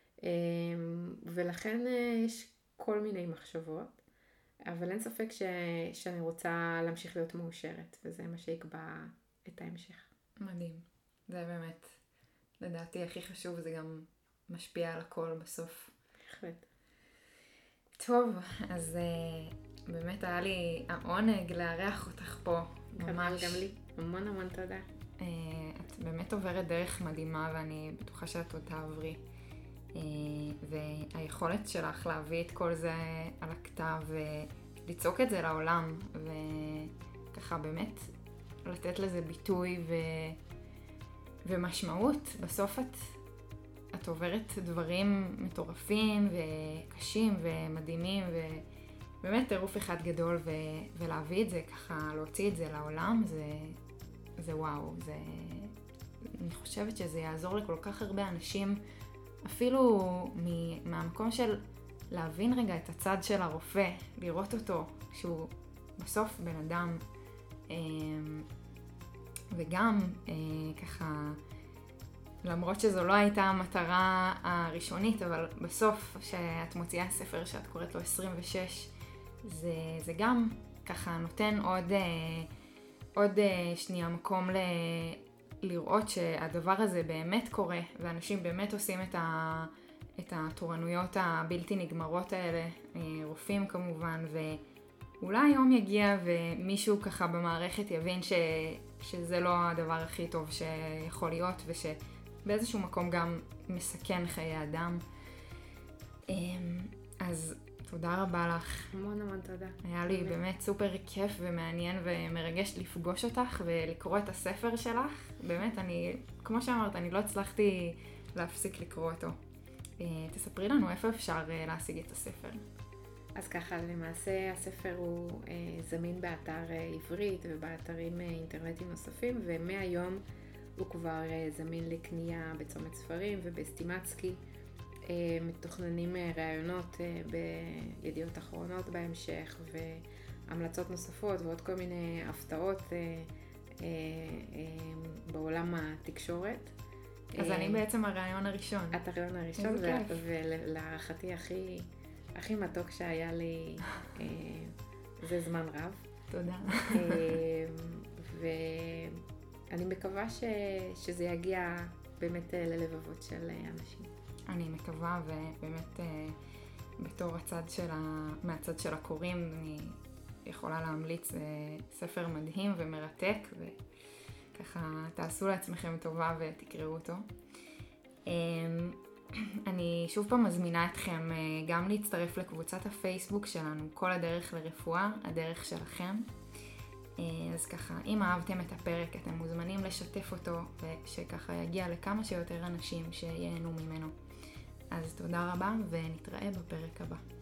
ולכן יש כל מיני מחשבות, אבל אין ספק ש... שאני רוצה להמשיך להיות מאושרת, וזה מה שיקבע את ההמשך. מדהים. זה באמת, לדעתי הכי חשוב, זה גם משפיע על הכל בסוף. בהחלט. טוב, אז uh, באמת היה לי העונג לארח אותך פה. ממש. גם לי. המון המון תודה. Uh, את באמת עוברת דרך מדהימה, ואני בטוחה שאת עוד תעברי. Uh, והיכולת שלך להביא את כל זה על הכתב ולצעוק את זה לעולם, וככה באמת לתת לזה ביטוי ו... ומשמעות. בסוף את, את עוברת דברים מטורפים וקשים ומדהימים, ובאמת טירוף אחד גדול, ו... ולהביא את זה ככה, להוציא את זה לעולם, זה, זה וואו. זה... אני חושבת שזה יעזור לכל כך הרבה אנשים, אפילו מהמקום של להבין רגע את הצד של הרופא, לראות אותו שהוא בסוף בן אדם, וגם ככה, למרות שזו לא הייתה המטרה הראשונית, אבל בסוף שאת מוציאה ספר שאת קוראת לו עשרים ושש, זה, זה גם ככה נותן עוד, עוד שנייה מקום ל... לראות שהדבר הזה באמת קורה, ואנשים באמת עושים את, ה, את התורנויות הבלתי נגמרות האלה, רופאים כמובן, ואולי יום יגיע ומישהו ככה במערכת יבין ש, שזה לא הדבר הכי טוב שיכול להיות, ושבאיזשהו מקום גם מסכן חיי אדם. אז תודה רבה לך. המון המון תודה. היה לי באמת סופר כיף ומעניין ומרגש לפגוש אותך ולקרוא את הספר שלך. באמת, אני, כמו שאמרת, אני לא הצלחתי להפסיק לקרוא אותו. תספרי לנו איפה אפשר להשיג את הספר. אז ככה, למעשה הספר הוא זמין באתר עברית ובאתרים אינטרנטיים נוספים, ומהיום הוא כבר זמין לקנייה בצומת ספרים ובסטימצקי. מתוכננים רעיונות בידיעות אחרונות בהמשך, והמלצות נוספות ועוד כל מיני הפתעות בעולם התקשורת. אז אני בעצם הרעיון הראשון. את הרעיון הראשון, ולהערכתי הכי, הכי מתוק שהיה לי זה זמן רב. תודה. ואני מקווה ש, שזה יגיע באמת ללבבות של אנשים. אני מקווה, ובאמת בתור הצד של ה... מהצד של הקוראים אני יכולה להמליץ ספר מדהים ומרתק, וככה תעשו לעצמכם טובה ותקראו אותו. אני שוב פעם מזמינה אתכם גם להצטרף לקבוצת הפייסבוק שלנו, כל הדרך לרפואה, הדרך שלכם. אז ככה, אם אהבתם את הפרק, אתם מוזמנים לשתף אותו, ושככה יגיע לכמה שיותר אנשים שיהנו ממנו. אז תודה רבה, ונתראה בפרק הבא.